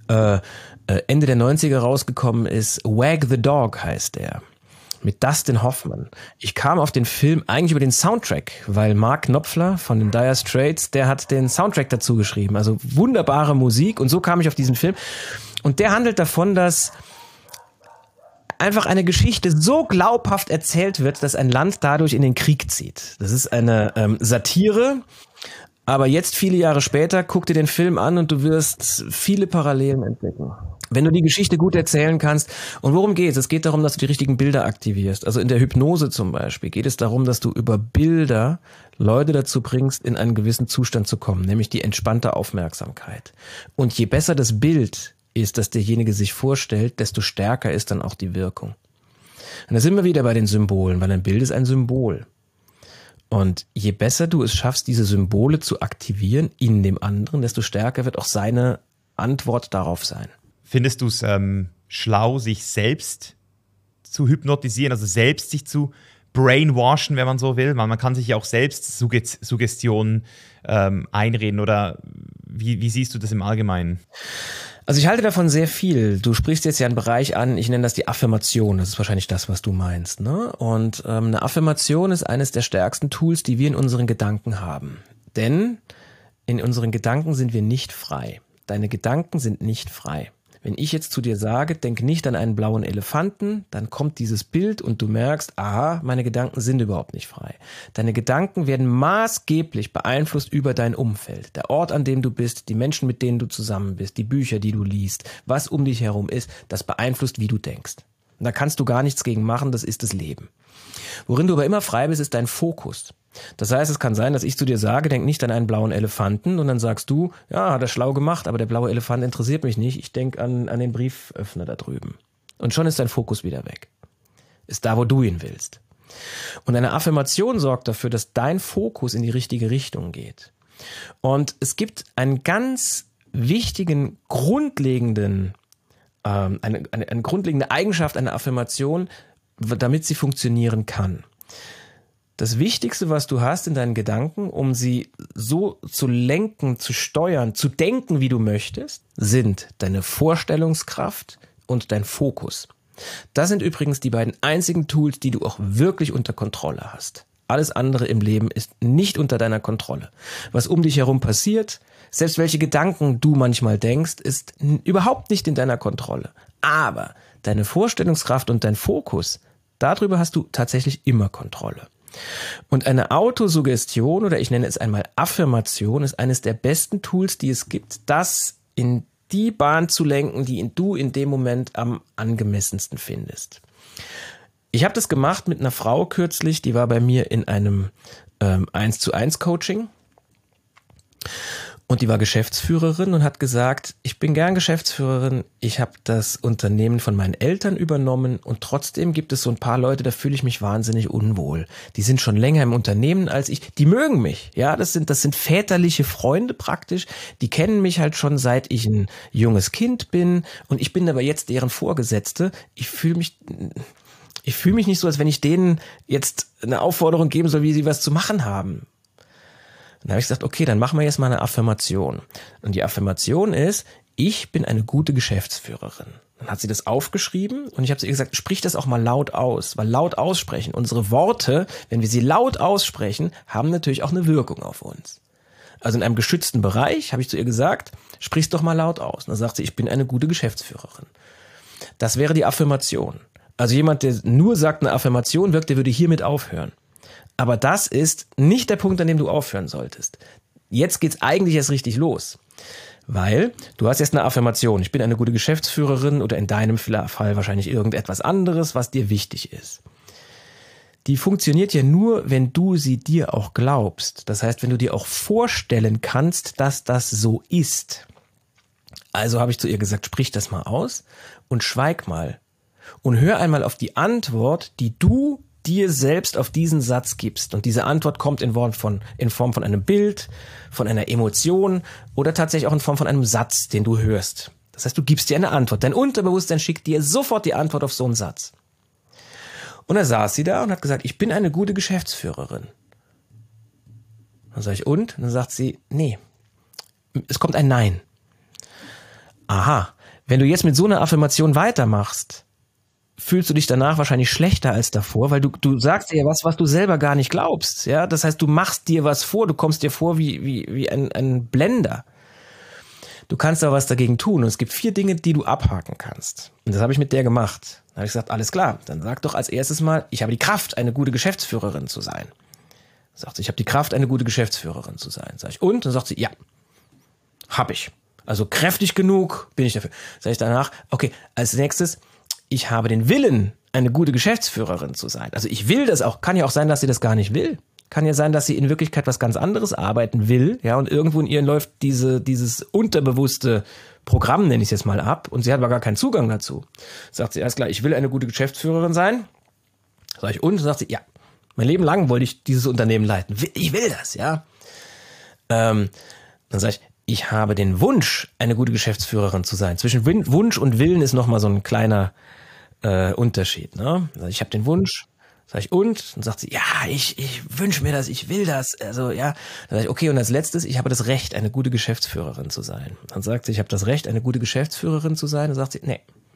Ende der 90er rausgekommen ist. Wag the Dog heißt der. Mit Dustin Hoffman. Ich kam auf den Film eigentlich über den Soundtrack, weil Mark Knopfler von den Dire Straits, der hat den Soundtrack dazu geschrieben. Also wunderbare Musik und so kam ich auf diesen Film. Und der handelt davon, dass einfach eine Geschichte so glaubhaft erzählt wird, dass ein Land dadurch in den Krieg zieht. Das ist eine Satire, aber jetzt, viele Jahre später, guck dir den Film an und du wirst viele Parallelen entdecken. Wenn du die Geschichte gut erzählen kannst. Und worum geht es? Es geht darum, dass du die richtigen Bilder aktivierst. Also in der Hypnose zum Beispiel geht es darum, dass du über Bilder Leute dazu bringst, in einen gewissen Zustand zu kommen, nämlich die entspannte Aufmerksamkeit. Und je besser das Bild ist, dass derjenige sich vorstellt, desto stärker ist dann auch die Wirkung. Und da sind wir wieder bei den Symbolen, weil ein Bild ist ein Symbol. Und je besser du es schaffst, diese Symbole zu aktivieren in dem anderen, desto stärker wird auch seine Antwort darauf sein. Findest du es schlau, sich selbst zu hypnotisieren, also selbst sich zu brainwashen, wenn man so will? Man kann sich ja auch selbst Suggestionen einreden, oder wie siehst du das im Allgemeinen? Also ich halte davon sehr viel. Du sprichst jetzt ja einen Bereich an, ich nenne das die Affirmation. Das ist wahrscheinlich das, was du meinst, ne? Und eine Affirmation ist eines der stärksten Tools, die wir in unseren Gedanken haben. Denn in unseren Gedanken sind wir nicht frei. Deine Gedanken sind nicht frei. Wenn ich jetzt zu dir sage, denk nicht an einen blauen Elefanten, dann kommt dieses Bild und du merkst, aha, meine Gedanken sind überhaupt nicht frei. Deine Gedanken werden maßgeblich beeinflusst über dein Umfeld. Der Ort, an dem du bist, die Menschen, mit denen du zusammen bist, die Bücher, die du liest, was um dich herum ist, das beeinflusst, wie du denkst. Und da kannst du gar nichts gegen machen, das ist das Leben. Worin du aber immer frei bist, ist dein Fokus. Das heißt, es kann sein, dass ich zu dir sage, denk nicht an einen blauen Elefanten, und dann sagst du, ja, hat er schlau gemacht, aber der blaue Elefant interessiert mich nicht, ich denk an den Brieföffner da drüben. Und schon ist dein Fokus wieder weg. Ist da, wo du ihn willst. Und eine Affirmation sorgt dafür, dass dein Fokus in die richtige Richtung geht. Und es gibt einen ganz wichtigen, grundlegenden, eine grundlegende Eigenschaft einer Affirmation, damit sie funktionieren kann. Das Wichtigste, was du hast in deinen Gedanken, um sie so zu lenken, zu steuern, zu denken, wie du möchtest, sind deine Vorstellungskraft und dein Fokus. Das sind übrigens die beiden einzigen Tools, die du auch wirklich unter Kontrolle hast. Alles andere im Leben ist nicht unter deiner Kontrolle. Was um dich herum passiert, selbst welche Gedanken du manchmal denkst, ist überhaupt nicht in deiner Kontrolle. Aber deine Vorstellungskraft und dein Fokus, darüber hast du tatsächlich immer Kontrolle. Und eine Autosuggestion, oder ich nenne es einmal Affirmation, ist eines der besten Tools, die es gibt, das in die Bahn zu lenken, die du in dem Moment am angemessensten findest. Ich habe das gemacht mit einer Frau kürzlich, die war bei mir in einem 1:1 Coaching. Und die war Geschäftsführerin und hat gesagt, ich bin gern Geschäftsführerin, ich habe das Unternehmen von meinen Eltern übernommen und trotzdem gibt es so ein paar Leute, da fühle ich mich wahnsinnig unwohl. Die sind schon länger im Unternehmen als ich, die mögen mich, ja, das sind väterliche Freunde praktisch, die kennen mich halt schon seit ich ein junges Kind bin und ich bin aber jetzt deren Vorgesetzte. Ich fühle mich nicht so, als wenn ich denen jetzt eine Aufforderung geben soll, wie sie was zu machen haben. Dann habe ich gesagt, okay, dann machen wir jetzt mal eine Affirmation. Und die Affirmation ist, ich bin eine gute Geschäftsführerin. Dann hat sie das aufgeschrieben und ich habe zu ihr gesagt, sprich das auch mal laut aus, weil laut aussprechen, unsere Worte, wenn wir sie laut aussprechen, haben natürlich auch eine Wirkung auf uns. Also in einem geschützten Bereich habe ich zu ihr gesagt, sprich's doch mal laut aus. Und dann sagt sie, ich bin eine gute Geschäftsführerin. Das wäre die Affirmation. Also jemand, der nur sagt, eine Affirmation wirkt, der würde hiermit aufhören. Aber das ist nicht der Punkt, an dem du aufhören solltest. Jetzt geht's eigentlich erst richtig los. Weil du hast jetzt eine Affirmation. Ich bin eine gute Geschäftsführerin oder in deinem Fall wahrscheinlich irgendetwas anderes, was dir wichtig ist. Die funktioniert ja nur, wenn du sie dir auch glaubst. Das heißt, wenn du dir auch vorstellen kannst, dass das so ist. Also habe ich zu ihr gesagt, sprich das mal aus und schweig mal. Und hör einmal auf die Antwort, die du dir selbst auf diesen Satz gibst. Und diese Antwort kommt in Form von einem Bild, von einer Emotion oder tatsächlich auch in Form von einem Satz, den du hörst. Das heißt, du gibst dir eine Antwort. Dein Unterbewusstsein schickt dir sofort die Antwort auf so einen Satz. Und dann saß sie da und hat gesagt, ich bin eine gute Geschäftsführerin. Dann sage ich, und? Und dann sagt sie, nee, es kommt ein Nein. Aha, wenn du jetzt mit so einer Affirmation weitermachst, fühlst du dich danach wahrscheinlich schlechter als davor, weil du sagst dir was du selber gar nicht glaubst. Ja, das heißt, du machst dir was vor, du kommst dir vor wie ein Blender. du kannst aber was dagegen tun und es gibt 4 Dinge, die du abhaken kannst. Und das habe ich mit der gemacht. Dann habe ich gesagt, alles klar, dann sag doch als erstes mal, ich habe die Kraft, eine gute Geschäftsführerin zu sein. Sagt sie, ich habe die Kraft, eine gute Geschäftsführerin zu sein. Sag ich, und? Dann sagt sie, ja, habe ich. Also kräftig genug bin ich dafür. Sag ich danach, okay, als nächstes, ich habe den Willen, eine gute Geschäftsführerin zu sein. Also ich will das auch. Kann ja auch sein, dass sie das gar nicht will. Kann ja sein, dass sie in Wirklichkeit was ganz anderes arbeiten will. Ja, und irgendwo in ihr läuft dieses unterbewusste Programm, nenne ich es jetzt mal, ab. Und sie hat aber gar keinen Zugang dazu. Sagt sie, alles klar, ich will eine gute Geschäftsführerin sein. Sag ich, und? Sagt sie, ja, mein Leben lang wollte ich dieses Unternehmen leiten. Ich will das, ja. Dann sage ich habe den Wunsch, eine gute Geschäftsführerin zu sein. Zwischen Wunsch und Willen ist nochmal so ein kleiner Unterschied. Ne? Also ich habe den Wunsch, sage ich, und? Dann sagt sie, ja, ich wünsche mir das, ich will das. Also ja, dann sage ich, okay, und als letztes, ich habe das Recht, eine gute Geschäftsführerin zu sein. Dann sagt sie, ich habe das Recht, eine gute Geschäftsführerin zu sein. Dann sagt sie, nee,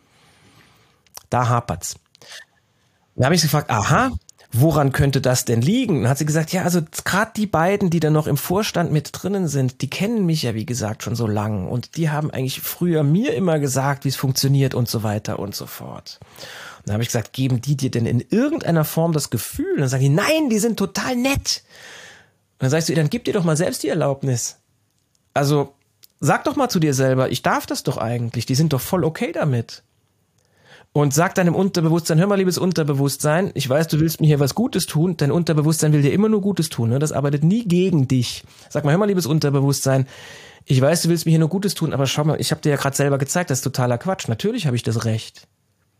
da hapert's. Dann habe ich sie gefragt, aha, woran könnte das denn liegen? Dann hat sie gesagt, ja, also gerade die beiden, die da noch im Vorstand mit drinnen sind, die kennen mich ja, wie gesagt, schon so lang. Und die haben eigentlich früher mir immer gesagt, wie es funktioniert und so weiter und so fort. Und dann habe ich gesagt, geben die dir denn in irgendeiner Form das Gefühl? Und dann sagen die, nein, die sind total nett. Und dann sagst du, dann gib dir doch mal selbst die Erlaubnis. Also sag doch mal zu dir selber, ich darf das doch eigentlich, die sind doch voll okay damit. Und sag deinem Unterbewusstsein, hör mal, liebes Unterbewusstsein, ich weiß, du willst mir hier was Gutes tun, dein Unterbewusstsein will dir immer nur Gutes tun, ne? Das arbeitet nie gegen dich. Sag mal, hör mal, liebes Unterbewusstsein, ich weiß, du willst mir hier nur Gutes tun, aber schau mal, ich habe dir ja gerade selber gezeigt, das ist totaler Quatsch. Natürlich habe ich das Recht.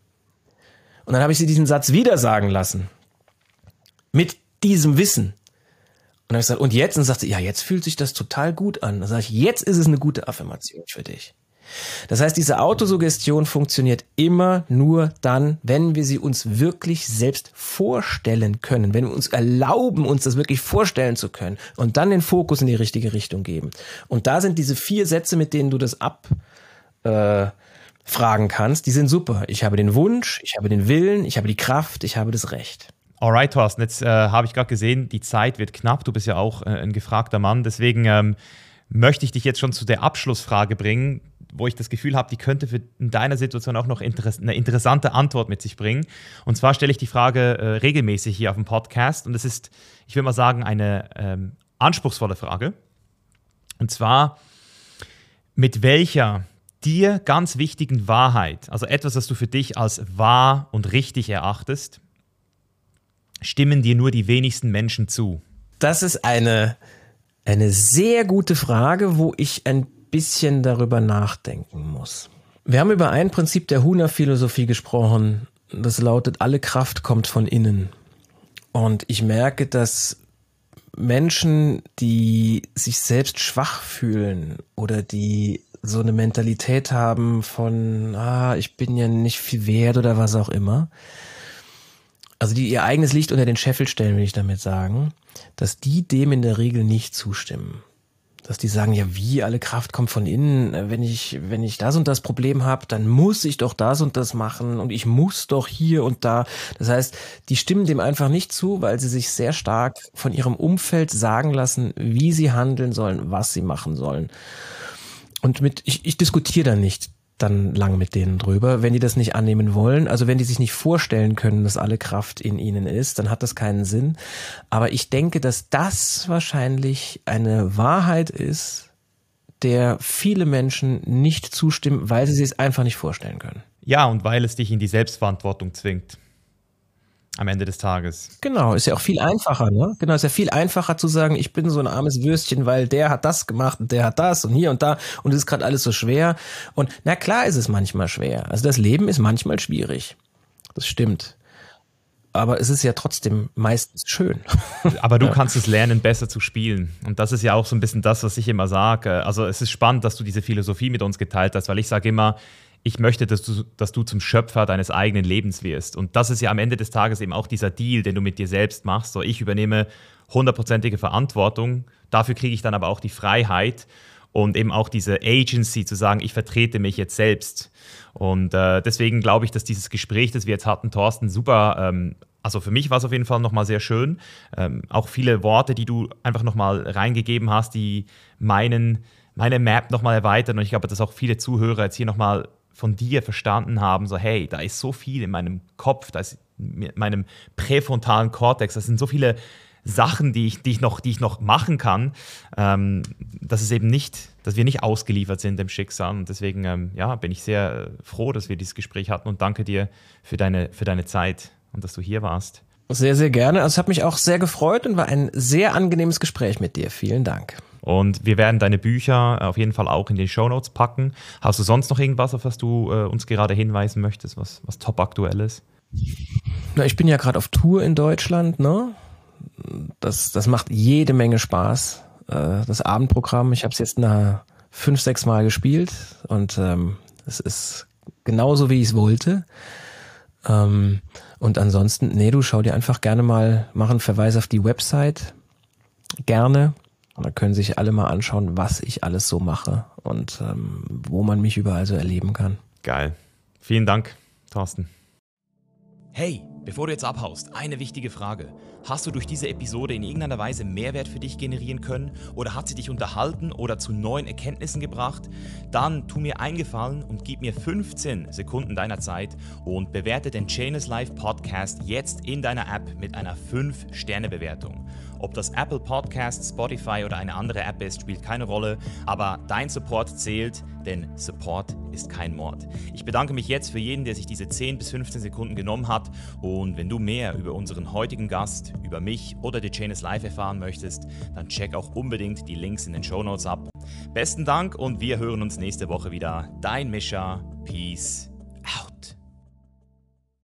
Und dann habe ich sie diesen Satz wieder sagen lassen. Mit diesem Wissen. Und dann habe ich gesagt, und jetzt? Und dann sagt sie, ja, jetzt fühlt sich das total gut an. Dann sage ich, jetzt ist es eine gute Affirmation für dich. Das heißt, diese Autosuggestion funktioniert immer nur dann, wenn wir sie uns wirklich selbst vorstellen können, wenn wir uns erlauben, uns das wirklich vorstellen zu können und dann den Fokus in die richtige Richtung geben. Und da sind diese 4 Sätze, mit denen du das abfragen kannst, die sind super. Ich habe den Wunsch, ich habe den Willen, ich habe die Kraft, ich habe das Recht. Alright, Thorsten, jetzt habe ich gerade gesehen, die Zeit wird knapp, du bist ja auch ein gefragter Mann, deswegen möchte ich dich jetzt schon zu der Abschlussfrage bringen, wo ich das Gefühl habe, die könnte in deiner Situation auch noch eine interessante Antwort mit sich bringen. Und zwar stelle ich die Frage regelmäßig hier auf dem Podcast und es ist, ich würde mal sagen, eine anspruchsvolle Frage. Und zwar, mit welcher dir ganz wichtigen Wahrheit, also etwas, was du für dich als wahr und richtig erachtest, stimmen dir nur die wenigsten Menschen zu? Das ist eine sehr gute Frage, wo ich ein bisschen darüber nachdenken muss. Wir haben über ein Prinzip der Huna-Philosophie gesprochen. Das lautet, alle Kraft kommt von innen. Und ich merke, dass Menschen, die sich selbst schwach fühlen oder die so eine Mentalität haben von, ich bin ja nicht viel wert oder was auch immer, also die ihr eigenes Licht unter den Scheffel stellen, will ich damit sagen, dass die dem in der Regel nicht zustimmen. Dass die sagen, ja, wie, alle Kraft kommt von innen, wenn ich das und das Problem habe, dann muss ich doch das und das machen und ich muss doch hier und da. Das heißt, die stimmen dem einfach nicht zu, weil sie sich sehr stark von ihrem Umfeld sagen lassen, wie sie handeln sollen, was sie machen sollen. Und ich diskutiere da nicht dann lang mit denen drüber, wenn die das nicht annehmen wollen. Also wenn die sich nicht vorstellen können, dass alle Kraft in ihnen ist, dann hat das keinen Sinn. Aber ich denke, dass das wahrscheinlich eine Wahrheit ist, der viele Menschen nicht zustimmen, weil sie sich es einfach nicht vorstellen können. Ja, und weil es dich in die Selbstverantwortung zwingt. Am Ende des Tages. Genau, ist ja auch viel einfacher, ne? Genau, ist ja viel einfacher zu sagen, ich bin so ein armes Würstchen, weil der hat das gemacht und der hat das und hier und da und es ist gerade alles so schwer. Und na klar ist es manchmal schwer. Also das Leben ist manchmal schwierig. Das stimmt. Aber es ist ja trotzdem meistens schön. Aber du kannst es lernen, besser zu spielen. Und das ist ja auch so ein bisschen das, was ich immer sage. Also es ist spannend, dass du diese Philosophie mit uns geteilt hast, weil ich sage immer, ich möchte, dass du zum Schöpfer deines eigenen Lebens wirst. Und das ist ja am Ende des Tages eben auch dieser Deal, den du mit dir selbst machst. So, ich übernehme 100%ige Verantwortung, dafür kriege ich dann aber auch die Freiheit und eben auch diese Agency zu sagen, ich vertrete mich jetzt selbst. Und deswegen glaube ich, dass dieses Gespräch, das wir jetzt hatten, Thorsten, super, also für mich war es auf jeden Fall nochmal sehr schön. Auch viele Worte, die du einfach nochmal reingegeben hast, die meinen meine Map nochmal erweitern und ich glaube, dass auch viele Zuhörer jetzt hier nochmal von dir verstanden haben, so hey, da ist so viel in meinem Kopf, da ist in meinem präfrontalen Kortex, das sind so viele Sachen, die ich noch machen kann, dass wir nicht ausgeliefert sind dem Schicksal. Und deswegen bin ich sehr froh, dass wir dieses Gespräch hatten und danke dir für deine Zeit und dass du hier warst. Sehr, sehr gerne. Also es hat mich auch sehr gefreut und war ein sehr angenehmes Gespräch mit dir. Vielen Dank. Und wir werden deine Bücher auf jeden Fall auch in die Shownotes packen. Hast du sonst noch irgendwas, auf was du uns gerade hinweisen möchtest, was top aktuell ist? Na, ich bin ja gerade auf Tour in Deutschland, ne? Das macht jede Menge Spaß. Das Abendprogramm, ich habe es jetzt 5-6 Mal gespielt und es ist genauso, wie ich es wollte. Und ansonsten, du schau dir einfach gerne mal, mach einen Verweis auf die Website. Gerne. Und da können sich alle mal anschauen, was ich alles so mache und wo man mich überall so erleben kann. Geil. Vielen Dank, Thorsten. Hey, bevor du jetzt abhaust, eine wichtige Frage. Hast du durch diese Episode in irgendeiner Weise Mehrwert für dich generieren können oder hat sie dich unterhalten oder zu neuen Erkenntnissen gebracht? Dann tu mir einen Gefallen und gib mir 15 Sekunden deiner Zeit und bewerte den Chainless Life Podcast jetzt in deiner App mit einer 5-Sterne-Bewertung. Ob das Apple Podcast, Spotify oder eine andere App ist, spielt keine Rolle, aber dein Support zählt, denn Support ist kein Mord. Ich bedanke mich jetzt für jeden, der sich diese 10 bis 15 Sekunden genommen hat und wenn du mehr über unseren heutigen Gast, über mich oder die Chainless Life erfahren möchtest, dann check auch unbedingt die Links in den Shownotes ab. Besten Dank und wir hören uns nächste Woche wieder. Dein Mischa. Peace.